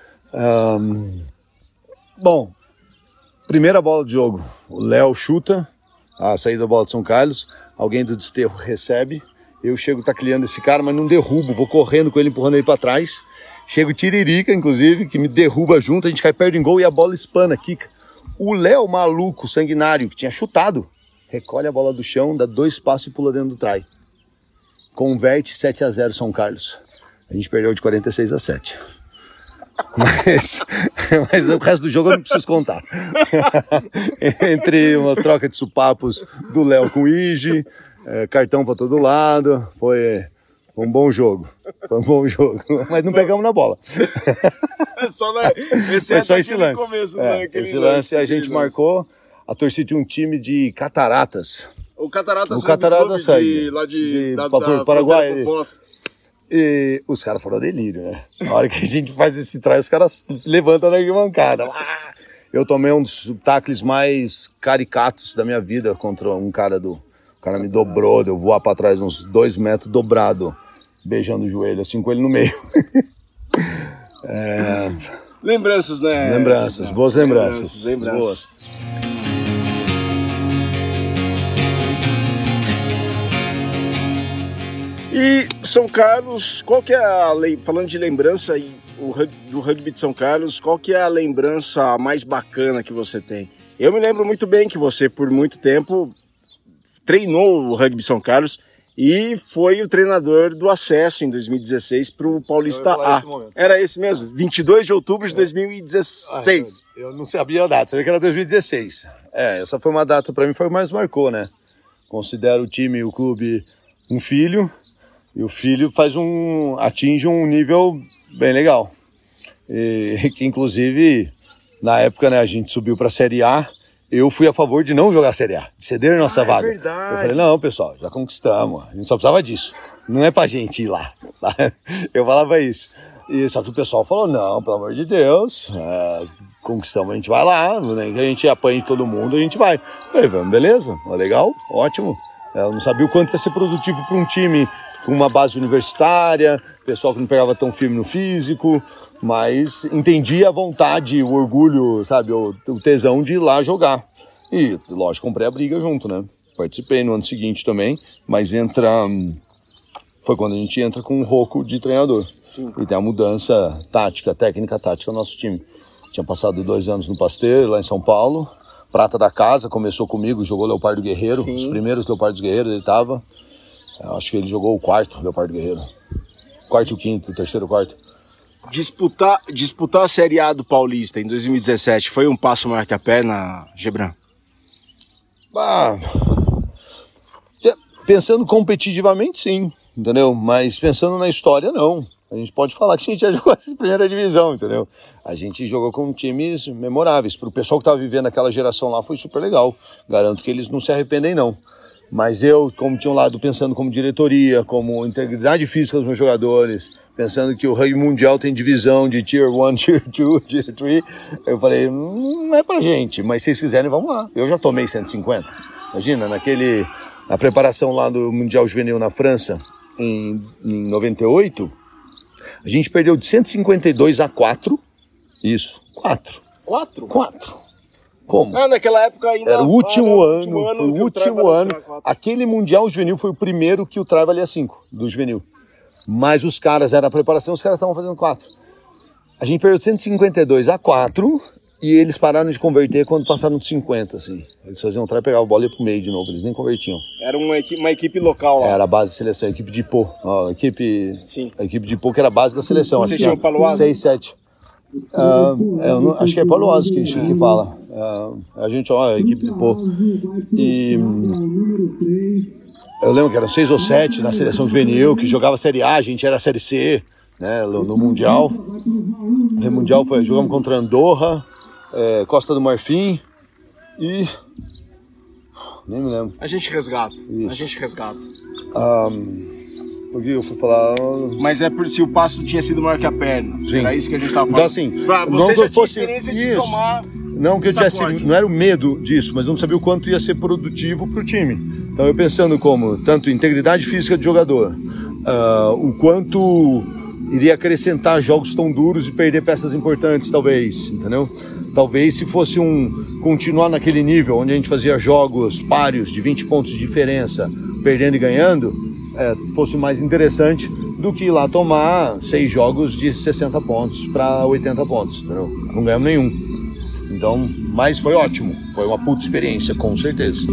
S2: Bom, primeira bola de jogo, o Léo chuta, a saída da bola de São Carlos, alguém do Desterro recebe, eu chego tacleando esse cara, mas não derrubo, vou correndo com ele, empurrando ele para trás. Chega o Tiririca, inclusive, que me derruba junto, a gente cai perto em gol e a bola espana, quica. O Léo, maluco, sanguinário, que tinha chutado, recolhe a bola do chão, dá 2 passos e pula dentro do try. Converte 7-0 São Carlos. A gente perdeu de 46-7. Mas o resto do jogo eu não preciso contar. Entre uma troca de supapos do Léo com o Igi, cartão pra todo lado, foi um bom jogo. Mas não pegamos na bola.
S1: Foi
S2: só esse lance.
S1: Começo,
S2: esse lance a gente marcou. A torcida tinha um time de Cataratas.
S1: O Cataratas
S2: lá de Paraguai. E os caras foram a delírio, né? Na hora que a gente faz esse try, os caras levantam na arquibancada. Eu tomei um dos tacles mais caricatos da minha vida contra um cara O cara me dobrou, deu voar pra trás uns 2 metros dobrado, beijando o joelho, assim, com ele no meio.
S1: Lembranças, né?
S2: Boas lembranças.
S1: Boas. E São Carlos, qual que é falando de lembrança do rugby de São Carlos, qual que é a lembrança mais bacana que você tem? Eu me lembro muito bem que você, por muito tempo, treinou o rugby São Carlos e foi o treinador do acesso em 2016 para o Paulista A. Era esse mesmo? 22 de outubro de 2016.
S2: Eu não sabia a data, sabia que era 2016. Essa foi uma data, para mim, foi o que mais marcou, né? Considero o time e o clube um filho, e o filho atinge um nível bem legal. E que, inclusive, na época, né, a gente subiu para a Série A. Eu fui a favor de não jogar a Série A, de ceder nossa vaga.
S1: É verdade.
S2: Eu falei, não, pessoal, já conquistamos, a gente só precisava disso. Não é pra gente ir lá. Eu falava isso. E só que o pessoal falou, não, pelo amor de Deus, conquistamos, a gente vai lá, nem que a gente apanhe todo mundo, a gente vai. Eu falei, beleza, legal, ótimo. Eu não sabia o quanto ia ser produtivo para um time com uma base universitária, pessoal que não pegava tão firme no físico, mas entendia a vontade, o orgulho, sabe, o tesão de ir lá jogar. E, lógico, comprei a briga junto, né? Participei no ano seguinte também, mas foi quando a gente entra com um roco de treinador.
S1: Sim.
S2: E tem a mudança técnica tática no nosso time. Tinha passado 2 anos no Pasteur, lá em São Paulo. Prata da casa, começou comigo, jogou Leopardo Guerreiro. Sim. Os primeiros Leopardos Guerreiros ele tava. Acho que ele jogou o 4º Leopardo Guerreiro. 4º e o 5º, o 3º e o 4º.
S1: Disputar a Série A do Paulista em 2017 foi um passo maior que a perna, Gebran?
S2: Pensando competitivamente, sim, entendeu? Mas pensando na história, não. A gente pode falar que a gente já jogou essa primeira divisão, entendeu? A gente jogou com times memoráveis. Para o pessoal que estava vivendo aquela geração lá, foi super legal. Garanto que eles não se arrependem, não. Mas eu, como tinha um lado pensando como diretoria, como integridade física dos meus jogadores, pensando que o rugby mundial tem divisão de Tier 1, Tier 2, Tier 3, eu falei, não é pra gente, mas se vocês quiserem, vamos lá. Eu já tomei 150. Imagina, naquele na preparação lá do Mundial Juvenil na França, em 98, a gente perdeu de 152-4. Isso, 4.
S1: 4?
S2: 4. Como?
S1: Naquela época ainda...
S2: Era o último ano, foi o último ano. Aquele Mundial Juvenil foi o primeiro que o try valia 5, do Juvenil. Mas os caras, era a preparação, os caras estavam fazendo 4. A gente perdeu de 152-4 e eles pararam de converter quando passaram de 50, assim. Eles faziam try, pegavam a bola e ia pro meio de novo, eles nem convertiam.
S1: Era uma equipe local lá.
S2: Era a base de seleção, a equipe de Pô. A equipe de Pô que era a base da seleção.
S1: Vocês tinham o Paloazzi?
S2: 6, 7. Acho que é Paloazzi que fala. A gente, a equipe de Pô. E eu lembro que eram 6 ou 7 na seleção juvenil, que jogava Série A, a gente era Série C, né, no Mundial. No Mundial jogamos contra Andorra, Costa do Marfim e... nem me lembro.
S1: A gente resgata.
S2: Porque eu fui falar...
S1: Mas é por se o passo tinha sido maior que a perna.
S2: Sim.
S1: Era isso que a gente estava
S2: Então
S1: falando.
S2: assim...
S1: Você já tinha experiência de tomar...
S2: Não que eu tivesse, não era o medo disso, mas não sabia o quanto ia ser produtivo para o time. Então eu pensando como tanto integridade física de jogador, o quanto iria acrescentar jogos tão duros e perder peças importantes, talvez, entendeu? Talvez se fosse continuar naquele nível, onde a gente fazia jogos páreos de 20 pontos de diferença, perdendo e ganhando, fosse mais interessante do que ir lá tomar 6 jogos de 60 pontos para 80 pontos, entendeu? Não ganhamos nenhum. Então, mas foi ótimo, foi uma puta experiência, com certeza.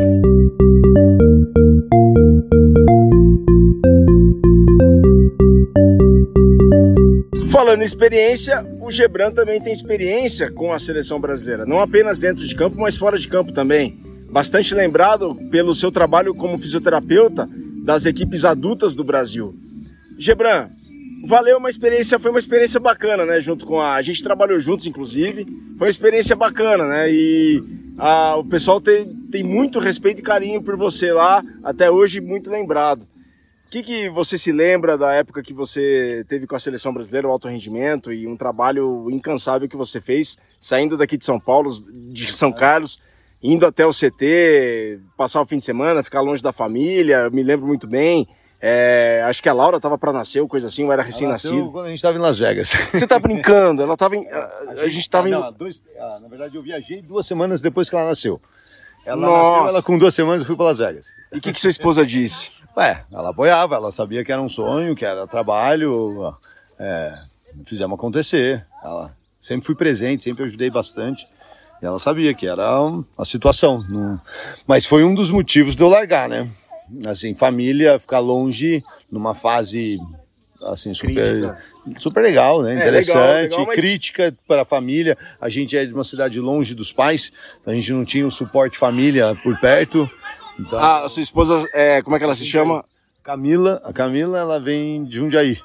S1: Falando em experiência, o Gebran também tem experiência com a seleção brasileira, não apenas dentro de campo, mas fora de campo também. Bastante lembrado pelo seu trabalho como fisioterapeuta das equipes adultas do Brasil. Gebran, foi uma experiência bacana, né? A gente trabalhou juntos, inclusive, foi uma experiência bacana, né? E o pessoal tem muito respeito e carinho por você lá, até hoje muito lembrado. O que você se lembra da época que você teve com a seleção brasileira, o alto rendimento e um trabalho incansável que você fez, saindo daqui de São Paulo, de São Carlos, indo até o CT, passar o fim de semana, ficar longe da família, eu me lembro muito bem. Acho que a Laura estava para nascer ou coisa assim, ou era recém-nascido.
S2: Quando a gente estava em Las Vegas.
S1: Você tá brincando? Ela estava em... A gente estava em...
S2: na verdade eu viajei 2 semanas depois que ela nasceu. Nasceu, com 2 semanas eu fui para Las Vegas. E
S1: o que sua esposa disse?
S2: Ela apoiava, ela sabia que era um sonho, que era trabalho, fizemos acontecer. Sempre fui presente, sempre ajudei bastante. E ela sabia que era a situação. Mas foi um dos motivos de eu largar, né? Assim, família, ficar longe numa fase assim, super legal, né? Interessante, legal, mas... crítica para a família. A gente é de uma cidade longe dos pais, então a gente não tinha um suporte família por perto. Então,
S1: a sua esposa, como é que ela se chama?
S2: Camila. A Camila, ela vem de Jundiaí.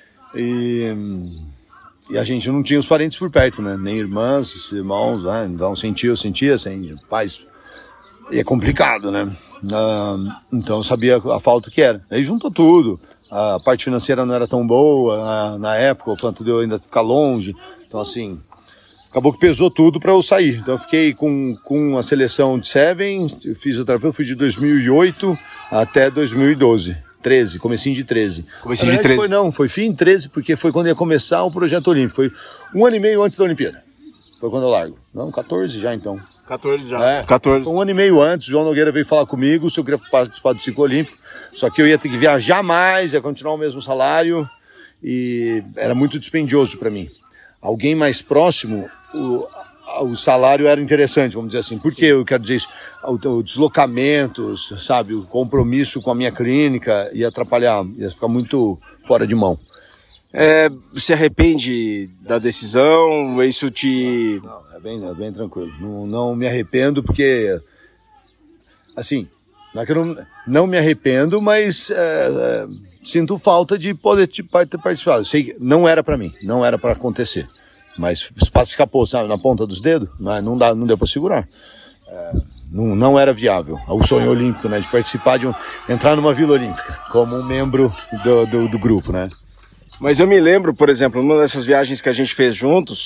S2: E a gente não tinha os parentes por perto, né? Nem irmãs, irmãos, né? Então sem tio, sem pais. E é complicado, né? Então eu sabia a falta que era. Aí juntou tudo. A parte financeira não era tão boa na época, o fato de eu ainda ficar longe. Então assim, acabou que pesou tudo para eu sair. Então eu fiquei com a seleção de Seven, eu fiz o terapeuta, fui de 2008 até 2012. 13, comecinho de 13.
S1: Comecinho de 13?
S2: Foi fim de 13, porque foi quando ia começar o projeto olímpico. Foi 1 ano e meio antes da Olimpíada. Foi quando eu largo. Não, 14 já então.
S1: 14 já. 14.
S2: Foi 1 ano e meio antes, o João Nogueira veio falar comigo se eu queria participar do ciclo olímpico. Só que eu ia ter que viajar mais, ia continuar o mesmo salário e era muito dispendioso para mim. Alguém mais próximo, o salário era interessante, vamos dizer assim. Por que eu quero dizer isso? O deslocamento, sabe, o compromisso com a minha clínica ia atrapalhar, ia ficar muito fora de mão.
S1: Se arrepende da decisão? Isso te...
S2: Não, é bem tranquilo. Não me arrependo porque, assim, não é que eu não me arrependo, mas sinto falta de poder ter participado. Eu sei que não era para mim, não era para acontecer. Mas o espaço escapou, sabe, na ponta dos dedos, não deu para segurar. Não era viável. O sonho olímpico, né, de participar, entrar numa Vila Olímpica, como um membro do grupo, né.
S1: Mas eu me lembro, por exemplo, numa dessas viagens que a gente fez juntos,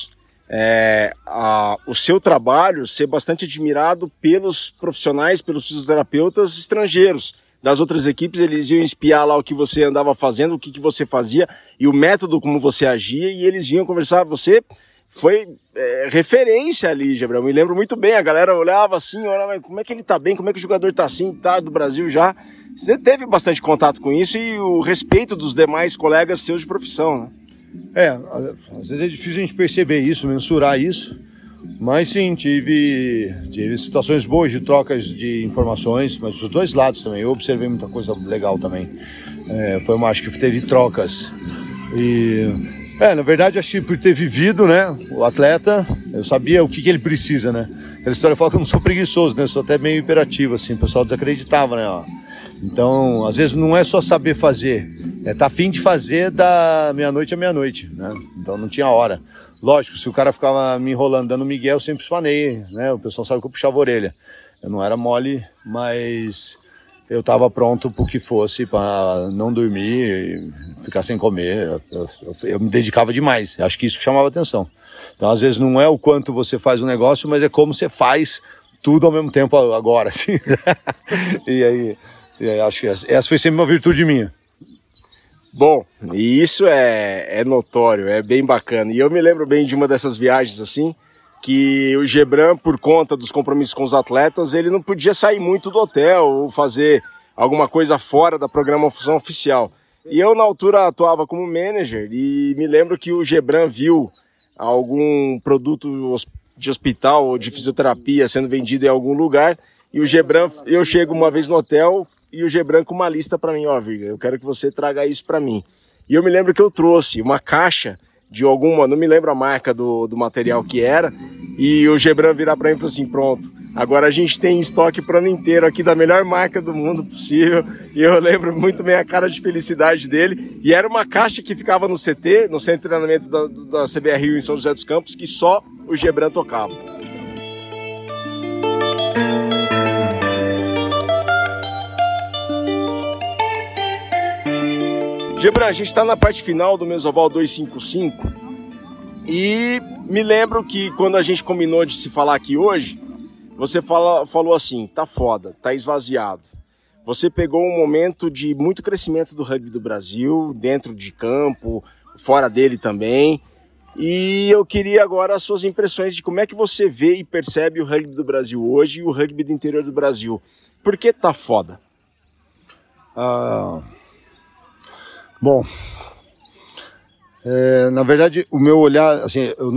S1: o seu trabalho ser bastante admirado pelos profissionais, pelos fisioterapeutas estrangeiros das outras equipes. Eles iam espiar lá o que você andava fazendo, o que você fazia e o método como você agia, e eles vinham conversar. Você foi referência ali, Gebrão. Me lembro muito bem, a galera olhava assim, olhava, como é que ele tá bem, como é que o jogador tá assim, tá do Brasil já. Você teve bastante contato com isso e o respeito dos demais colegas seus de profissão, né?
S2: Às vezes é difícil a gente perceber isso, mensurar isso, mas sim, tive situações boas de trocas de informações, mas dos dois lados também. Eu observei muita coisa legal também. Acho que teve trocas. Na verdade, acho que por ter vivido, né, o atleta, eu sabia o que ele precisa, né? Aquela história fala que eu não sou preguiçoso, né? Eu sou até meio hiperativo, assim, o pessoal desacreditava, né? Então, às vezes não é só saber fazer, tá a fim de fazer da meia-noite à meia-noite, né? Então não tinha hora. Lógico, se o cara ficava me enrolando, dando migué, eu sempre espanei, né? O pessoal sabe que eu puxava a orelha. Eu não era mole, mas eu estava pronto pro que fosse, para não dormir e ficar sem comer. Eu me dedicava demais, acho que isso que chamava atenção. Então, às vezes, não é o quanto você faz o negócio, mas é como você faz tudo ao mesmo tempo agora, assim. E aí, acho que essa foi sempre uma virtude minha.
S1: Bom, e isso é notório, é bem bacana. E eu me lembro bem de uma dessas viagens assim, que o Gebran, por conta dos compromissos com os atletas, ele não podia sair muito do hotel ou fazer alguma coisa fora da programação oficial. E eu, na altura, atuava como manager e me lembro que o Gebran viu algum produto de hospital ou de fisioterapia sendo vendido em algum lugar, e o Gebran, eu chego uma vez no hotel e o Gebran com uma lista para mim, Viga, eu quero que você traga isso para mim. E eu me lembro que eu trouxe uma caixa de alguma, não me lembro a marca do material que era, e o Gebran virar para mim e falou assim, pronto, agora a gente tem estoque pro ano inteiro aqui da melhor marca do mundo possível. E eu lembro muito bem a cara de felicidade dele, e era uma caixa que ficava no CT, no centro de treinamento da CBR Rio em São José dos Campos, que só o Gebran tocava. Gebran, a gente está na parte final do Mesoval 255 e me lembro que quando a gente combinou de se falar aqui hoje, você falou assim, tá foda, tá esvaziado. Você pegou um momento de muito crescimento do rugby do Brasil, dentro de campo, fora dele também, e eu queria agora as suas impressões de como é que você vê e percebe o rugby do Brasil hoje e o rugby do interior do Brasil. Por que tá foda?
S2: Bom, na verdade, o meu olhar, assim, eu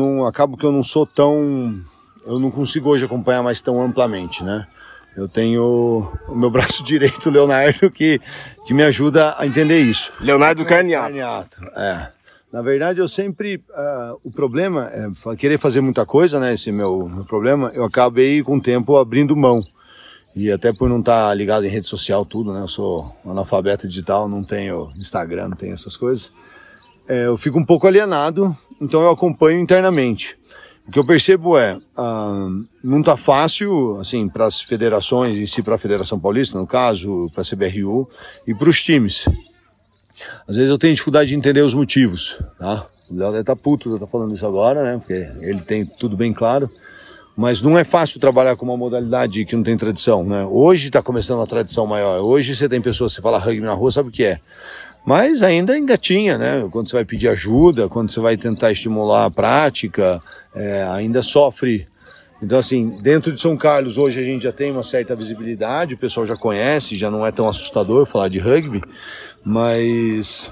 S2: não consigo hoje acompanhar mais tão amplamente, né? Eu tenho o meu braço direito, o Leonardo, que me ajuda a entender isso.
S1: Leonardo Carniato.
S2: Na verdade, eu sempre, o problema é querer fazer muita coisa, né? Esse meu problema, eu acabei com o tempo abrindo mão. E até por não estar ligado em rede social, tudo, né? Eu sou analfabeto digital, não tenho Instagram, não tenho essas coisas. Eu fico um pouco alienado, então eu acompanho internamente. O que eu percebo não tá fácil, assim, para as federações em si, para a Federação Paulista, no caso, para a CBRU e para os times. Às vezes eu tenho dificuldade de entender os motivos, tá? O Léo deve estar puto de eu estar falando isso agora, né? Porque ele tem tudo bem claro. Mas não é fácil trabalhar com uma modalidade que não tem tradição, né? Hoje está começando a tradição maior. Hoje você tem pessoas, você fala rugby na rua, sabe o que é? Mas ainda engatinha, né? Quando você vai pedir ajuda, quando você vai tentar estimular a prática, ainda sofre. Então, assim, dentro de São Carlos, hoje a gente já tem uma certa visibilidade, o pessoal já conhece, já não é tão assustador falar de rugby, mas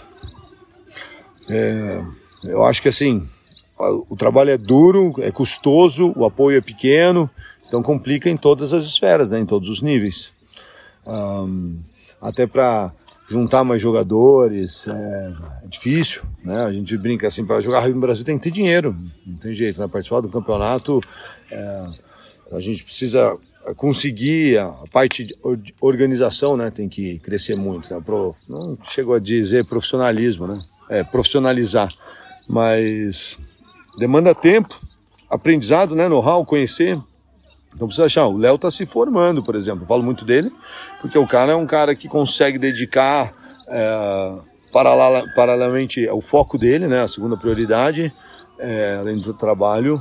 S2: eu acho que, assim, o trabalho é duro, é custoso, o apoio é pequeno, então complica em todas as esferas, né, em todos os níveis. Até para juntar mais jogadores é difícil, né? A gente brinca assim, para jogar rugby no Brasil tem que ter dinheiro, não tem jeito, né? Participar do campeonato, a gente precisa conseguir a parte de organização, né? Tem que crescer muito, né? Não chego a dizer profissionalismo, né? Profissionalizar, mas demanda tempo, aprendizado, né? Know-how, conhecer. Então precisa achar, o Léo está se formando, por exemplo, eu falo muito dele, porque o cara é um cara que consegue dedicar paralelamente ao foco dele, né? A segunda prioridade, além do trabalho,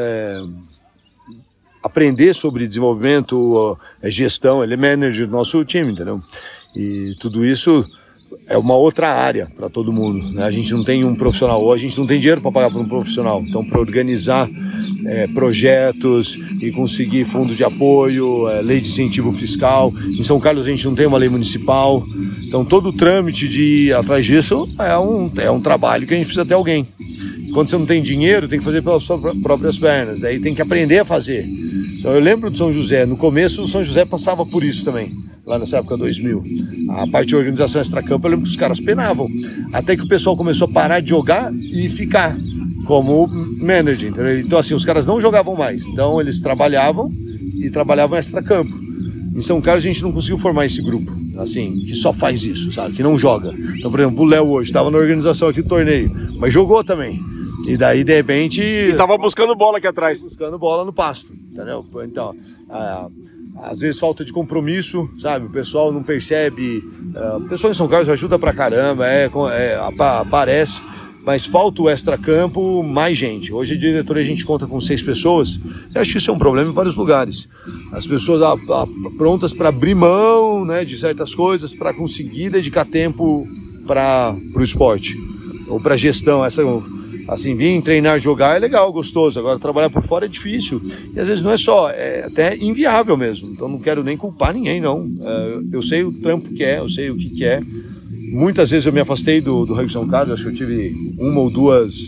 S2: aprender sobre desenvolvimento, gestão. Ele é manager do nosso time, entendeu? E tudo isso é uma outra área para todo mundo, né? A gente não tem um profissional, ou a gente não tem dinheiro para pagar para um profissional. Então, para organizar projetos e conseguir fundo de apoio, lei de incentivo fiscal. Em São Carlos a gente não tem uma lei municipal. Então, todo o trâmite de ir atrás disso é um trabalho que a gente precisa ter alguém. Quando você não tem dinheiro, tem que fazer pelas suas próprias pernas. Daí tem que aprender a fazer. Então, eu lembro do São José. No começo, o São José passava por isso também. Lá nessa época 2000. A parte de organização extracampo, eu lembro que os caras penavam. Até que o pessoal começou a parar de jogar e ficar como manager, entendeu? Então, assim, os caras não jogavam mais. Então, eles trabalhavam extracampo. Em São Carlos, a gente não conseguiu formar esse grupo, assim, que só faz isso, sabe? Que não joga. Então, por exemplo, o Léo hoje estava na organização aqui do torneio, mas jogou também. E daí, de repente... E
S1: tava buscando bola aqui atrás.
S2: Buscando bola no pasto, entendeu? Então, às vezes falta de compromisso, sabe? O pessoal não percebe. O pessoal em São Carlos ajuda pra caramba, aparece, mas falta o extracampo, mais gente. Hoje a diretoria a gente conta com 6 pessoas. Eu acho que isso é um problema em vários lugares. As pessoas prontas para abrir mão, né, de certas coisas para conseguir dedicar tempo para o esporte ou para gestão. Assim, vir treinar, jogar é legal, gostoso. Agora, trabalhar por fora é difícil. E às vezes não é só, é até inviável mesmo. Então, não quero nem culpar ninguém, não. Eu sei o trampo que é, eu sei o que é. Muitas vezes eu me afastei do Rugby São Carlos. Acho que eu tive 1 ou 2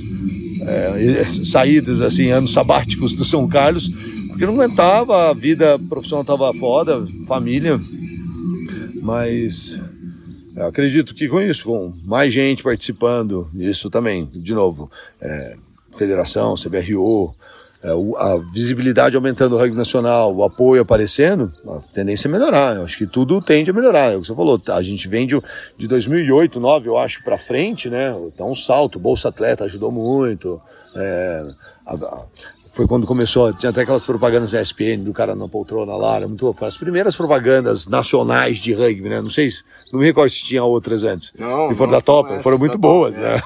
S2: saídas, assim, anos sabáticos do São Carlos, porque não aguentava, a vida profissional estava foda, família. Mas... eu acredito que com isso, com mais gente participando, isso também, de novo, federação, CBRU, a visibilidade aumentando o rugby nacional, o apoio aparecendo, a tendência é melhorar. Eu acho que tudo tende a melhorar. É o que você falou, a gente vem de 2008, 2009, eu acho, para frente, né? Dá um salto, Bolsa Atleta ajudou muito, foi quando começou, tinha até aquelas propagandas da ESPN, do cara na poltrona lá, era muito, foi as primeiras propagandas nacionais de rugby, né? Não me recordo se tinha outras antes. Que foram da Topper, foram muito boas, né?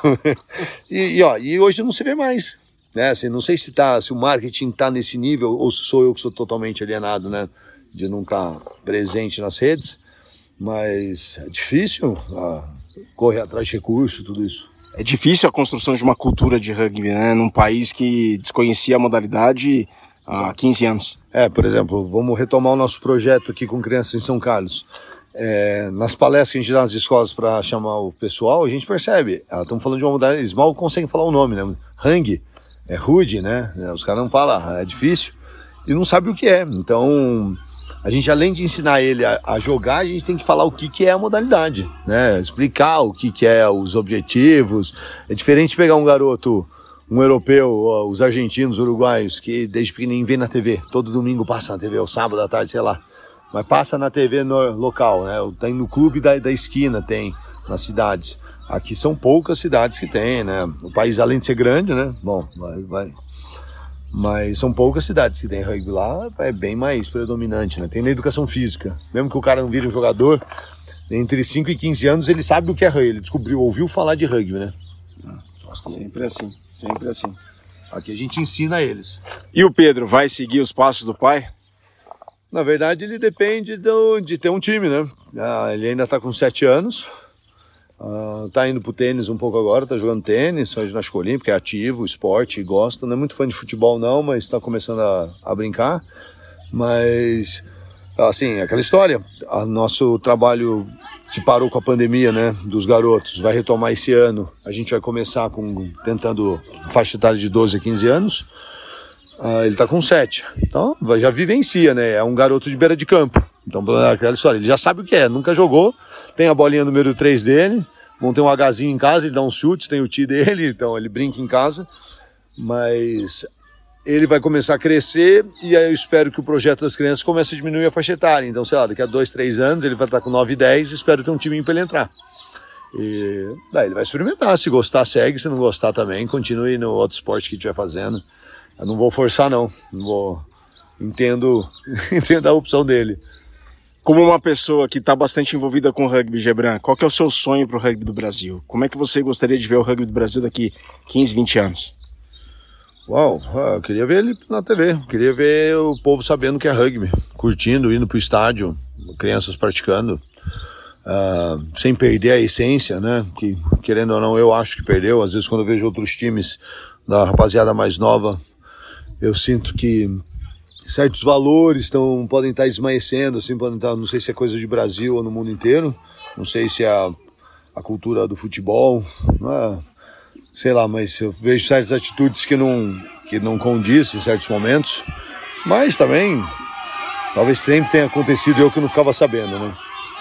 S2: E hoje não se vê mais, né? Assim, não sei se o marketing tá nesse nível, ou se sou eu que sou totalmente alienado, né? De não estar presente nas redes, mas é difícil correr atrás de recursos, tudo isso.
S1: É difícil a construção de uma cultura de rugby, né? Num país que desconhecia a modalidade há 15 anos.
S2: Por exemplo, vamos retomar o nosso projeto aqui com crianças em São Carlos. Nas palestras que a gente dá nas escolas para chamar o pessoal, a gente percebe, estamos falando de uma modalidade, eles mal conseguem falar o nome, né? Hang, rude, né? Os caras não falam, é difícil, e não sabem o que é. Então, a gente, além de ensinar ele a jogar, a gente tem que falar o que é a modalidade, né? Explicar o que é os objetivos. É diferente pegar um garoto, um europeu, os argentinos, uruguaios, que desde pequenininho vem na TV, todo domingo passa na TV, ou sábado à tarde, sei lá. Mas passa na TV local, né? Tem no clube da esquina, tem nas cidades. Aqui são poucas cidades que tem, né? O país, além de ser grande, né? Bom, vai. Mas são poucas cidades que tem rugby lá, é bem mais predominante, né? Tem na educação física. Mesmo que o cara não vire um jogador, entre 5 e 15 anos ele sabe o que é rugby, ele ouviu falar de rugby, né?
S1: Sempre assim, sempre assim.
S2: Aqui a gente ensina eles.
S1: E o Pedro, vai seguir os passos do pai?
S2: Na verdade, ele depende de ter um time, né? Ele ainda tá com 7 anos, tá indo pro tênis um pouco agora, tá jogando tênis, faz ginástica olímpica, é ativo, esporte, gosta, não é muito fã de futebol não, mas tá começando a brincar. Mas, assim, aquela história, nosso trabalho que parou com a pandemia, né, dos garotos, vai retomar esse ano. A gente vai começar tentando faixa etária de 12 a 15 anos. Ele tá com 7, então já vivencia, né, é um garoto de beira de campo. Então, aquela história, ele já sabe o que é, nunca jogou, tem a bolinha número 3 dele, vão ter um Hzinho em casa, ele dá uns chutes, tem o tee dele, então ele brinca em casa, mas ele vai começar a crescer e aí eu espero que o projeto das crianças comece a diminuir a faixa etária. Então, sei lá, daqui a 2, 3 anos ele vai estar com 9 e 10 e espero ter um time para ele entrar. E daí ele vai experimentar, se gostar segue, se não gostar também, continue no outro esporte que estiver fazendo. Eu não vou forçar não vou... Entendo a opção dele.
S1: Como uma pessoa que está bastante envolvida com o rugby, Gebran, qual que é o seu sonho para o rugby do Brasil? Como é que você gostaria de ver o rugby do Brasil daqui 15, 20 anos?
S2: Uau, eu queria ver ele na TV, queria ver o povo sabendo que é rugby, curtindo, indo pro estádio, crianças praticando, sem perder a essência, né? Que, querendo ou não, eu acho que perdeu. Às vezes quando eu vejo outros times da rapaziada mais nova, eu sinto que certos valores podem estar esmaecendo, assim, podem estar, não sei se é coisa de Brasil ou no mundo inteiro, não sei se é a cultura do futebol, sei lá, mas eu vejo certas atitudes que não condiz em certos momentos, mas também talvez sempre tenha acontecido eu que não ficava sabendo, né?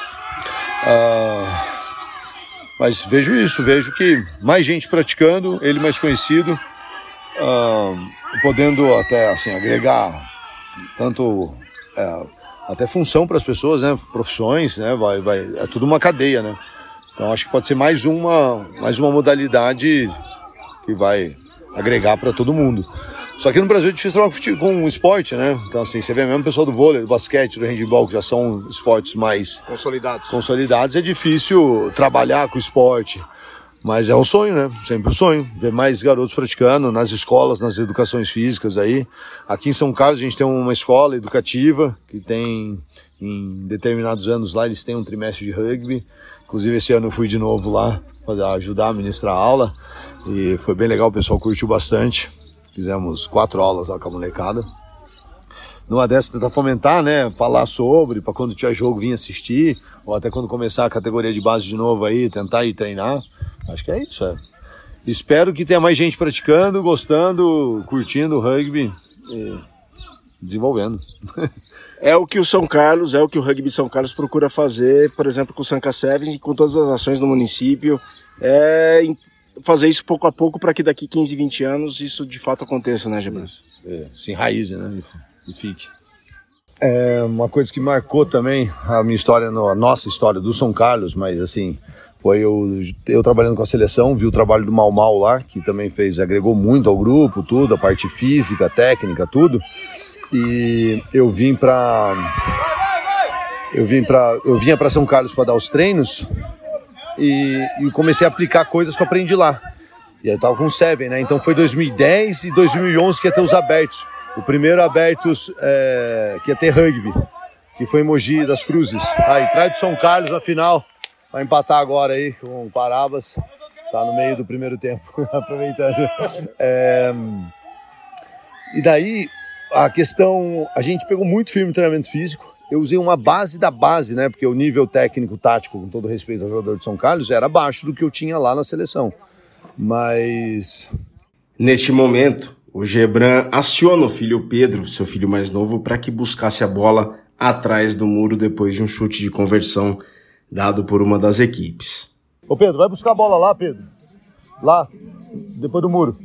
S2: Mas vejo que mais gente praticando, ele mais conhecido, podendo até assim agregar tanto até função para as pessoas, né? Profissões, né? É tudo uma cadeia, né? Então acho que pode ser mais uma modalidade que vai agregar para todo mundo. Só que no Brasil é difícil trabalhar com um esporte, né? Então assim, você vê mesmo o pessoal do vôlei, do basquete, do handebol, que já são esportes mais consolidados, é difícil trabalhar com o esporte. Mas é um sonho, né? Sempre um sonho. Ver mais garotos praticando nas escolas, nas educações físicas aí. Aqui em São Carlos a gente tem uma escola educativa que tem, em determinados anos lá, eles têm um trimestre de rugby. Inclusive esse ano eu fui de novo lá para ajudar a ministrar a aula. E foi bem legal, o pessoal curtiu bastante. Fizemos 4 aulas lá com a molecada. Numa dessas tentar fomentar, né? Falar sobre, para quando tiver jogo vir assistir. Ou até quando começar a categoria de base de novo aí, tentar ir treinar. Acho que é isso, Espero que tenha mais gente praticando, gostando, curtindo o rugby e desenvolvendo.
S1: É o que o São Carlos, é o que o Rugby São Carlos procura fazer, por exemplo, com o Sanca Sevens e com todas as ações do município. Fazer isso pouco a pouco para que daqui 15, 20 anos isso de fato aconteça, né, Gebran?
S2: Se enraize, né? E fique. Uma coisa que marcou também a minha história, a nossa história do São Carlos, mas assim... Foi eu trabalhando com a seleção, vi o trabalho do Mau lá, que também agregou muito ao grupo, tudo, a parte física, técnica, tudo. E eu vinha para São Carlos para dar os treinos e comecei a aplicar coisas que eu aprendi lá. E aí eu tava com o Seven, né? Então foi 2010 e 2011 que ia ter os abertos. O primeiro abertos que ia ter rugby, que foi em Mogi das Cruzes. Aí, traz do São Carlos na final. Vai empatar agora aí com o Parabas. Tá no meio do primeiro tempo, aproveitando. E daí, a questão... A gente pegou muito firme no treinamento físico. Eu usei uma base da base, né? Porque o nível técnico-tático, com todo respeito ao jogador de São Carlos, era abaixo do que eu tinha lá na seleção. Mas...
S1: Neste momento, o Gebran aciona o filho Pedro, seu filho mais novo, para que buscasse a bola atrás do muro depois de um chute de conversão dado por uma das equipes.
S2: Ô Pedro, vai buscar a bola lá, Pedro. Lá, depois do muro.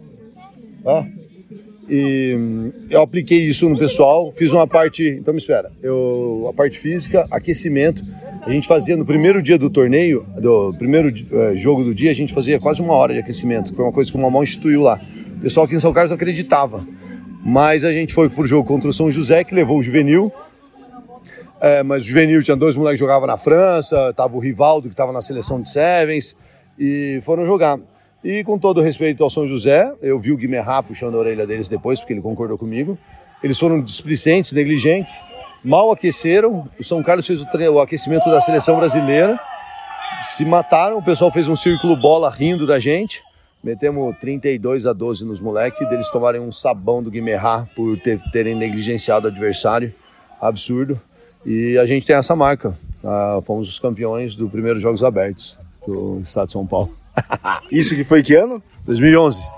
S2: E eu apliquei isso no pessoal, fiz uma parte... Então me espera. A parte física, aquecimento. A gente fazia no primeiro dia do torneio, do primeiro jogo do dia, a gente fazia quase 1 hora de aquecimento, que foi uma coisa que o Mamão instituiu lá. O pessoal aqui em São Carlos não acreditava. Mas a gente foi pro jogo contra o São José, que levou o juvenil. Mas o juvenil tinha 2 moleques que jogavam na França, tava o Rivaldo que estava na seleção de Sevens e foram jogar. E com todo respeito ao São José, eu vi o Guimerá puxando a orelha deles depois, porque ele concordou comigo. Eles foram displicentes, negligentes, mal aqueceram. O São Carlos fez o aquecimento da seleção brasileira, se mataram, o pessoal fez um círculo bola rindo da gente. Metemos 32-12 nos moleques, deles tomarem um sabão do Guimerá por terem negligenciado o adversário. Absurdo. E a gente tem essa marca. Fomos os campeões do primeiro Jogos Abertos do estado de São Paulo.
S1: Isso que foi que ano?
S2: 2011.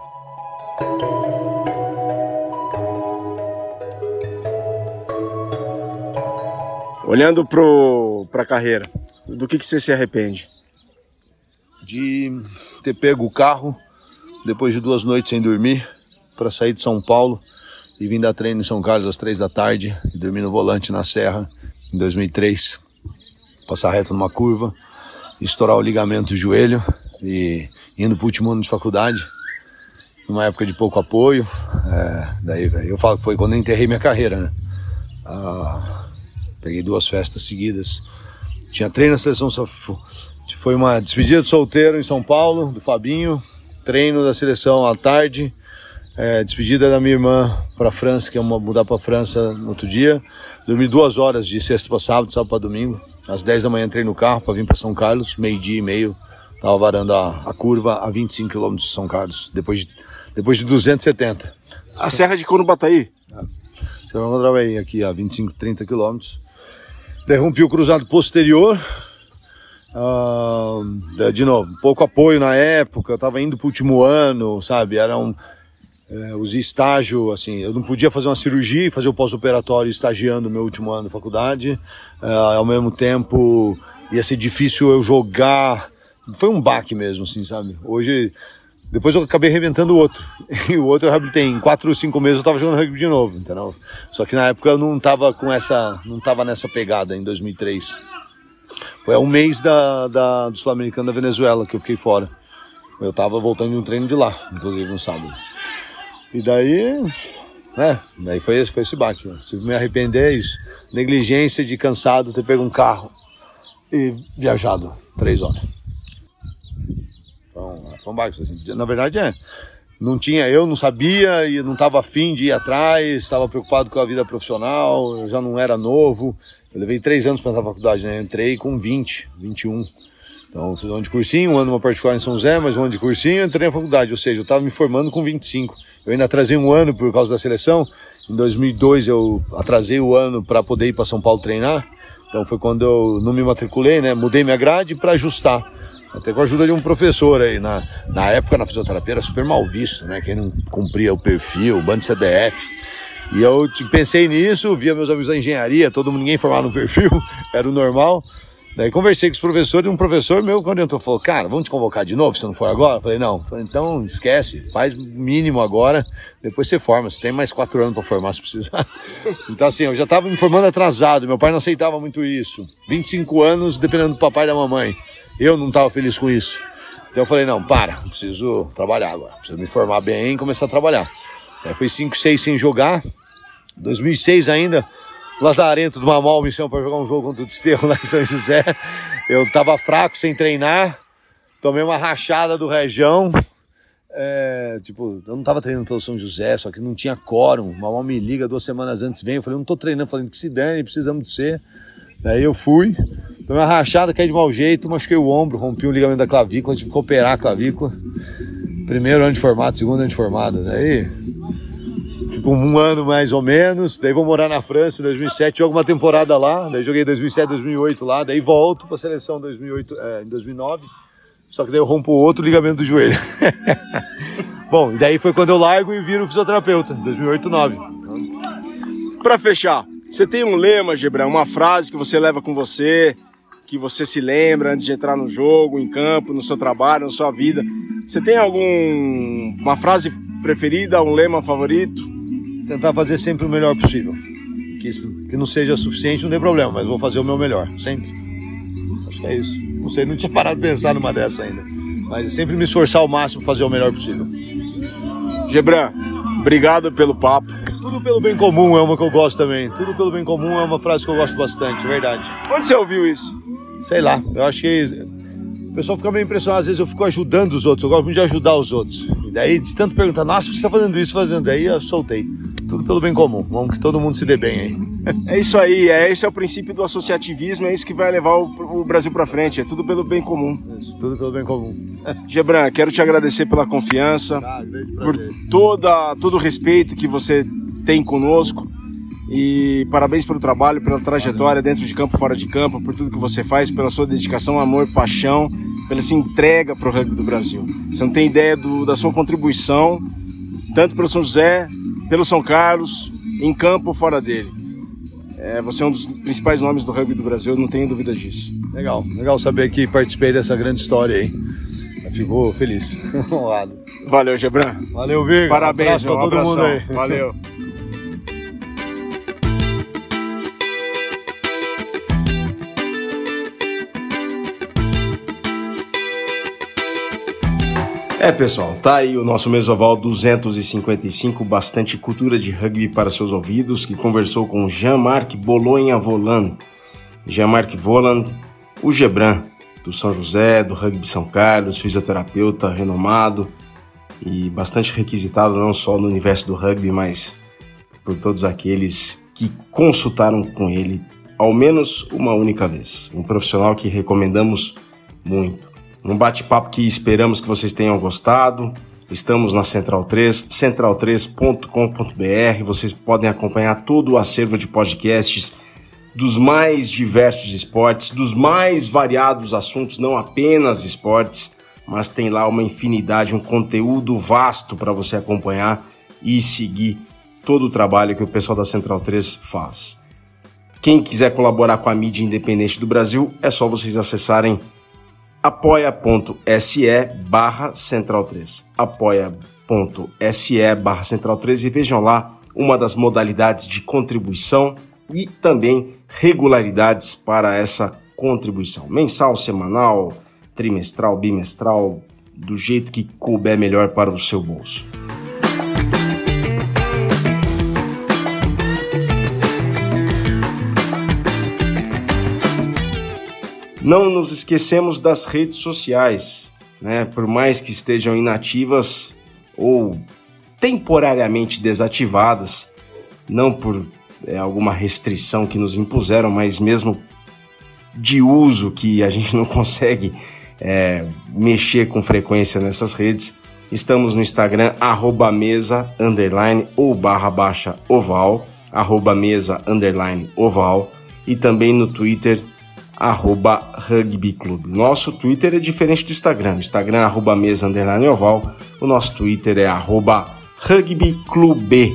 S1: Olhando para a carreira, do que você se arrepende?
S2: De ter pego o carro depois de 2 noites sem dormir para sair de São Paulo e vir dar treino em São Carlos às 3 da tarde e dormir no volante na Serra em 2003, passar reto numa curva, estourar o ligamento do joelho e indo para o último ano de faculdade, numa época de pouco apoio. Daí eu falo que foi quando eu enterrei minha carreira, né? Peguei 2 festas seguidas, tinha treino na seleção, foi uma despedida de solteiro em São Paulo, do Fabinho, treino da seleção à tarde, Despedida da minha irmã para França, que é mudar para França no outro dia. Dormi 2 horas de sexta para sábado para domingo. Às 10 da manhã entrei no carro para vir para São Carlos, 12:30. Tava varando a curva a 25 km de São Carlos, depois de 270.
S1: A Serra de Corubataí?
S2: Você vai encontrar aí aqui a 25, 30 km. Derrompi o cruzado posterior. De novo, pouco apoio na época, eu tava indo pro último ano, sabe? Os estágios, assim, eu não podia fazer uma cirurgia e fazer o pós-operatório estagiando no meu último ano de faculdade. Ao mesmo tempo, ia ser difícil eu jogar. Foi um baque mesmo, assim, sabe? Hoje, depois eu acabei arrebentando o outro. E o outro eu reabilitei. Em 4 ou 5 meses eu tava jogando rugby de novo, entendeu? Só que na época eu não tava nessa pegada, em 2003. Foi um mês do Sul-Americano da Venezuela que eu fiquei fora. Eu tava voltando de um treino de lá, inclusive no sábado. E daí foi esse baque. Se me arrepender, é isso. Negligência de cansado, ter pego um carro e viajado 3 horas. Então, foi um baque. Assim. Na verdade, eu não sabia e não estava afim de ir atrás, estava preocupado com a vida profissional, eu já não era novo. Eu levei 3 anos para entrar na faculdade, né? Eu entrei com 20, 21. Então, fiz um ano de cursinho, um ano numa particular em São José, mais um ano de cursinho, entrei na faculdade. Ou seja, eu estava me formando com 25. Eu ainda atrasei um ano por causa da seleção. Em 2002 eu atrasei o ano para poder ir para São Paulo treinar. Então foi quando eu não me matriculei, né? Mudei minha grade para ajustar. Até com a ajuda de um professor aí. Na época, na fisioterapia, era super mal visto, né? Quem não cumpria o perfil, o bando de CDF. E eu pensei nisso, via meus amigos da engenharia, ninguém formado no perfil, era o normal. Daí conversei com os professores e um professor meu que orientou, falou, cara, vamos te convocar de novo se não for agora? Eu falei, não. Falei, então esquece, faz o mínimo agora, depois você forma, você tem mais 4 anos para formar se precisar. Então assim, eu já estava me formando atrasado, meu pai não aceitava muito isso. 25 anos dependendo do papai e da mamãe. Eu não estava feliz com isso. Então eu falei, não, preciso trabalhar agora, preciso me formar bem e começar a trabalhar. Aí foi 5, 6 sem jogar, 2006 ainda, Lazarento de uma mal missão para jogar um jogo contra o Desterro lá em São José. Eu tava fraco, sem treinar, tomei uma rachada do Região. Eu não tava treinando pelo São José, só que não tinha quórum. O Mamal me liga 2 semanas antes, vem. Eu falei, não tô treinando, falando que se dane, precisamos de você. Daí eu fui, tomei uma rachada, caí de mau jeito, machuquei o ombro, rompi o ligamento da clavícula, tive que operar a clavícula. 1º ano de formado, 2º ano de formado. Daí ficou 1 ano mais ou menos, daí vou morar na França em 2007, jogo uma temporada lá, daí joguei 2007, 2008 lá, daí volto pra seleção em 2009, só que daí eu rompo outro ligamento do joelho. Bom, e daí foi quando eu largo e viro fisioterapeuta, 2008, 2009.
S1: Pra fechar, você tem um lema, Gebran, uma frase que você leva com você, que você se lembra antes de entrar no jogo, em campo, no seu trabalho, na sua vida? Você tem uma frase preferida, um lema favorito?
S2: Tentar fazer sempre o melhor possível. Que não seja suficiente, não tem problema, mas vou fazer o meu melhor, sempre. Acho que é isso. Não sei, não tinha parado de pensar numa dessa ainda. Mas sempre me esforçar ao máximo, fazer o melhor possível.
S1: Gebran, obrigado pelo papo.
S2: Tudo pelo bem comum é uma que eu gosto também. Tudo pelo bem comum é uma frase que eu gosto bastante, verdade.
S1: Onde você ouviu isso?
S2: Sei lá, eu acho que o pessoal fica meio impressionado, às vezes eu fico ajudando os outros, eu gosto muito de ajudar os outros. E daí, de tanto perguntar, nossa, você está fazendo isso, daí eu soltei. Tudo pelo bem comum, vamos que todo mundo se dê bem aí.
S1: É isso aí, esse é o princípio do associativismo, é isso que vai levar o Brasil para frente, é tudo pelo bem comum.
S2: Isso, tudo pelo bem comum.
S1: Gebran, quero te agradecer pela confiança, por todo o respeito que você tem conosco. E parabéns pelo trabalho, pela trajetória dentro de campo, fora de campo, por tudo que você faz, pela sua dedicação, amor, paixão, pela sua entrega para o rugby do Brasil. Você não tem ideia da sua contribuição, tanto pelo São José, pelo São Carlos, em campo ou fora dele. Você é um dos principais nomes do rugby do Brasil, não tenho dúvida disso.
S2: Legal saber que participei dessa grande história aí. Eu fico feliz, honrado.
S1: Valeu, Gebran.
S2: Valeu, Virga.
S1: Parabéns,
S2: um abraço pra todo mundo aí.
S1: Valeu. Pessoal, tá aí o nosso Mesoval 255, bastante cultura de rugby para seus ouvidos, que conversou com Jean-Marc Bolonha-Voland. Jean-Marc Voland, o Gebran, do São José, do Rugby São Carlos, fisioterapeuta renomado, e bastante requisitado, não só no universo do rugby, mas por todos aqueles que consultaram com ele ao menos uma única vez. Um profissional que recomendamos muito. Um bate-papo que esperamos que vocês tenham gostado. Estamos na Central 3, central3.com.br. Vocês podem acompanhar todo o acervo de podcasts dos mais diversos esportes, dos mais variados assuntos, não apenas esportes, mas tem lá uma infinidade, um conteúdo vasto para você acompanhar e seguir todo o trabalho que o pessoal da Central 3 faz. Quem quiser colaborar com a mídia independente do Brasil, é só vocês acessarem apoia.se/Central3, apoia.se/Central3 e vejam lá uma das modalidades de contribuição e também regularidades para essa contribuição, mensal, semanal, trimestral, bimestral, do jeito que couber melhor para o seu bolso. Não nos esquecemos das redes sociais, né? Por mais que estejam inativas ou temporariamente desativadas, não por alguma restrição que nos impuseram, mas mesmo de uso que a gente não consegue mexer com frequência nessas redes. Estamos no Instagram, @mesa_ ou /oval, @mesa_oval, e também no Twitter, @rugbyclub. Nosso Twitter é diferente do Instagram. O Instagram é @mesa_oval, o nosso Twitter é @rugbyclub.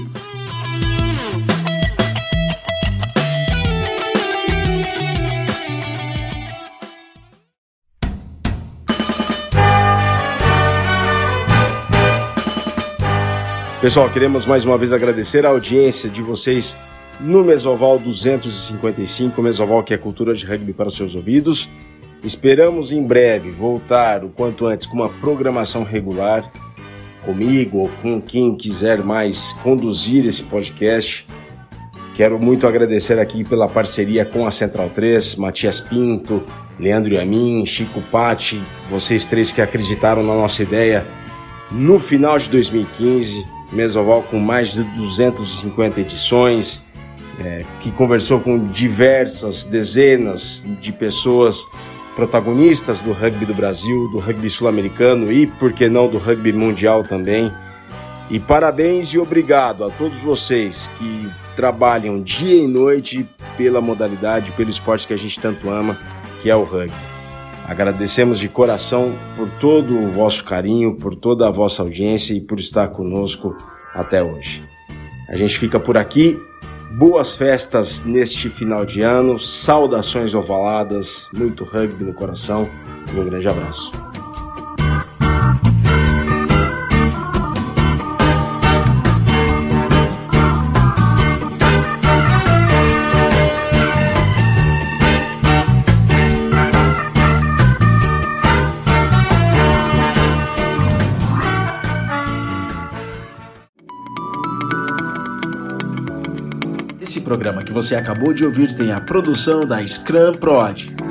S1: Pessoal, queremos mais uma vez agradecer a audiência de vocês no Mesoval 255, Mesoval que é cultura de rugby para os seus ouvidos. Esperamos em breve voltar o quanto antes com uma programação regular, comigo ou com quem quiser mais conduzir esse podcast. Quero muito agradecer aqui pela parceria com a Central 3, Matias Pinto, Leandro Yamin, Chico Patti, vocês três que acreditaram na nossa ideia no final de 2015, Mesoval com mais de 250 edições, que conversou com diversas dezenas de pessoas protagonistas do rugby do Brasil, do rugby sul-americano e, por que não, do rugby mundial também. E parabéns e obrigado a todos vocês que trabalham dia e noite pela modalidade, pelo esporte que a gente tanto ama, que é o rugby. Agradecemos de coração por todo o vosso carinho, por toda a vossa audiência e por estar conosco até hoje. A gente fica por aqui. Boas festas neste final de ano, saudações ovaladas, muito rugby no coração e um grande abraço.
S3: Esse programa que você acabou de ouvir tem a produção da Scrum Prod.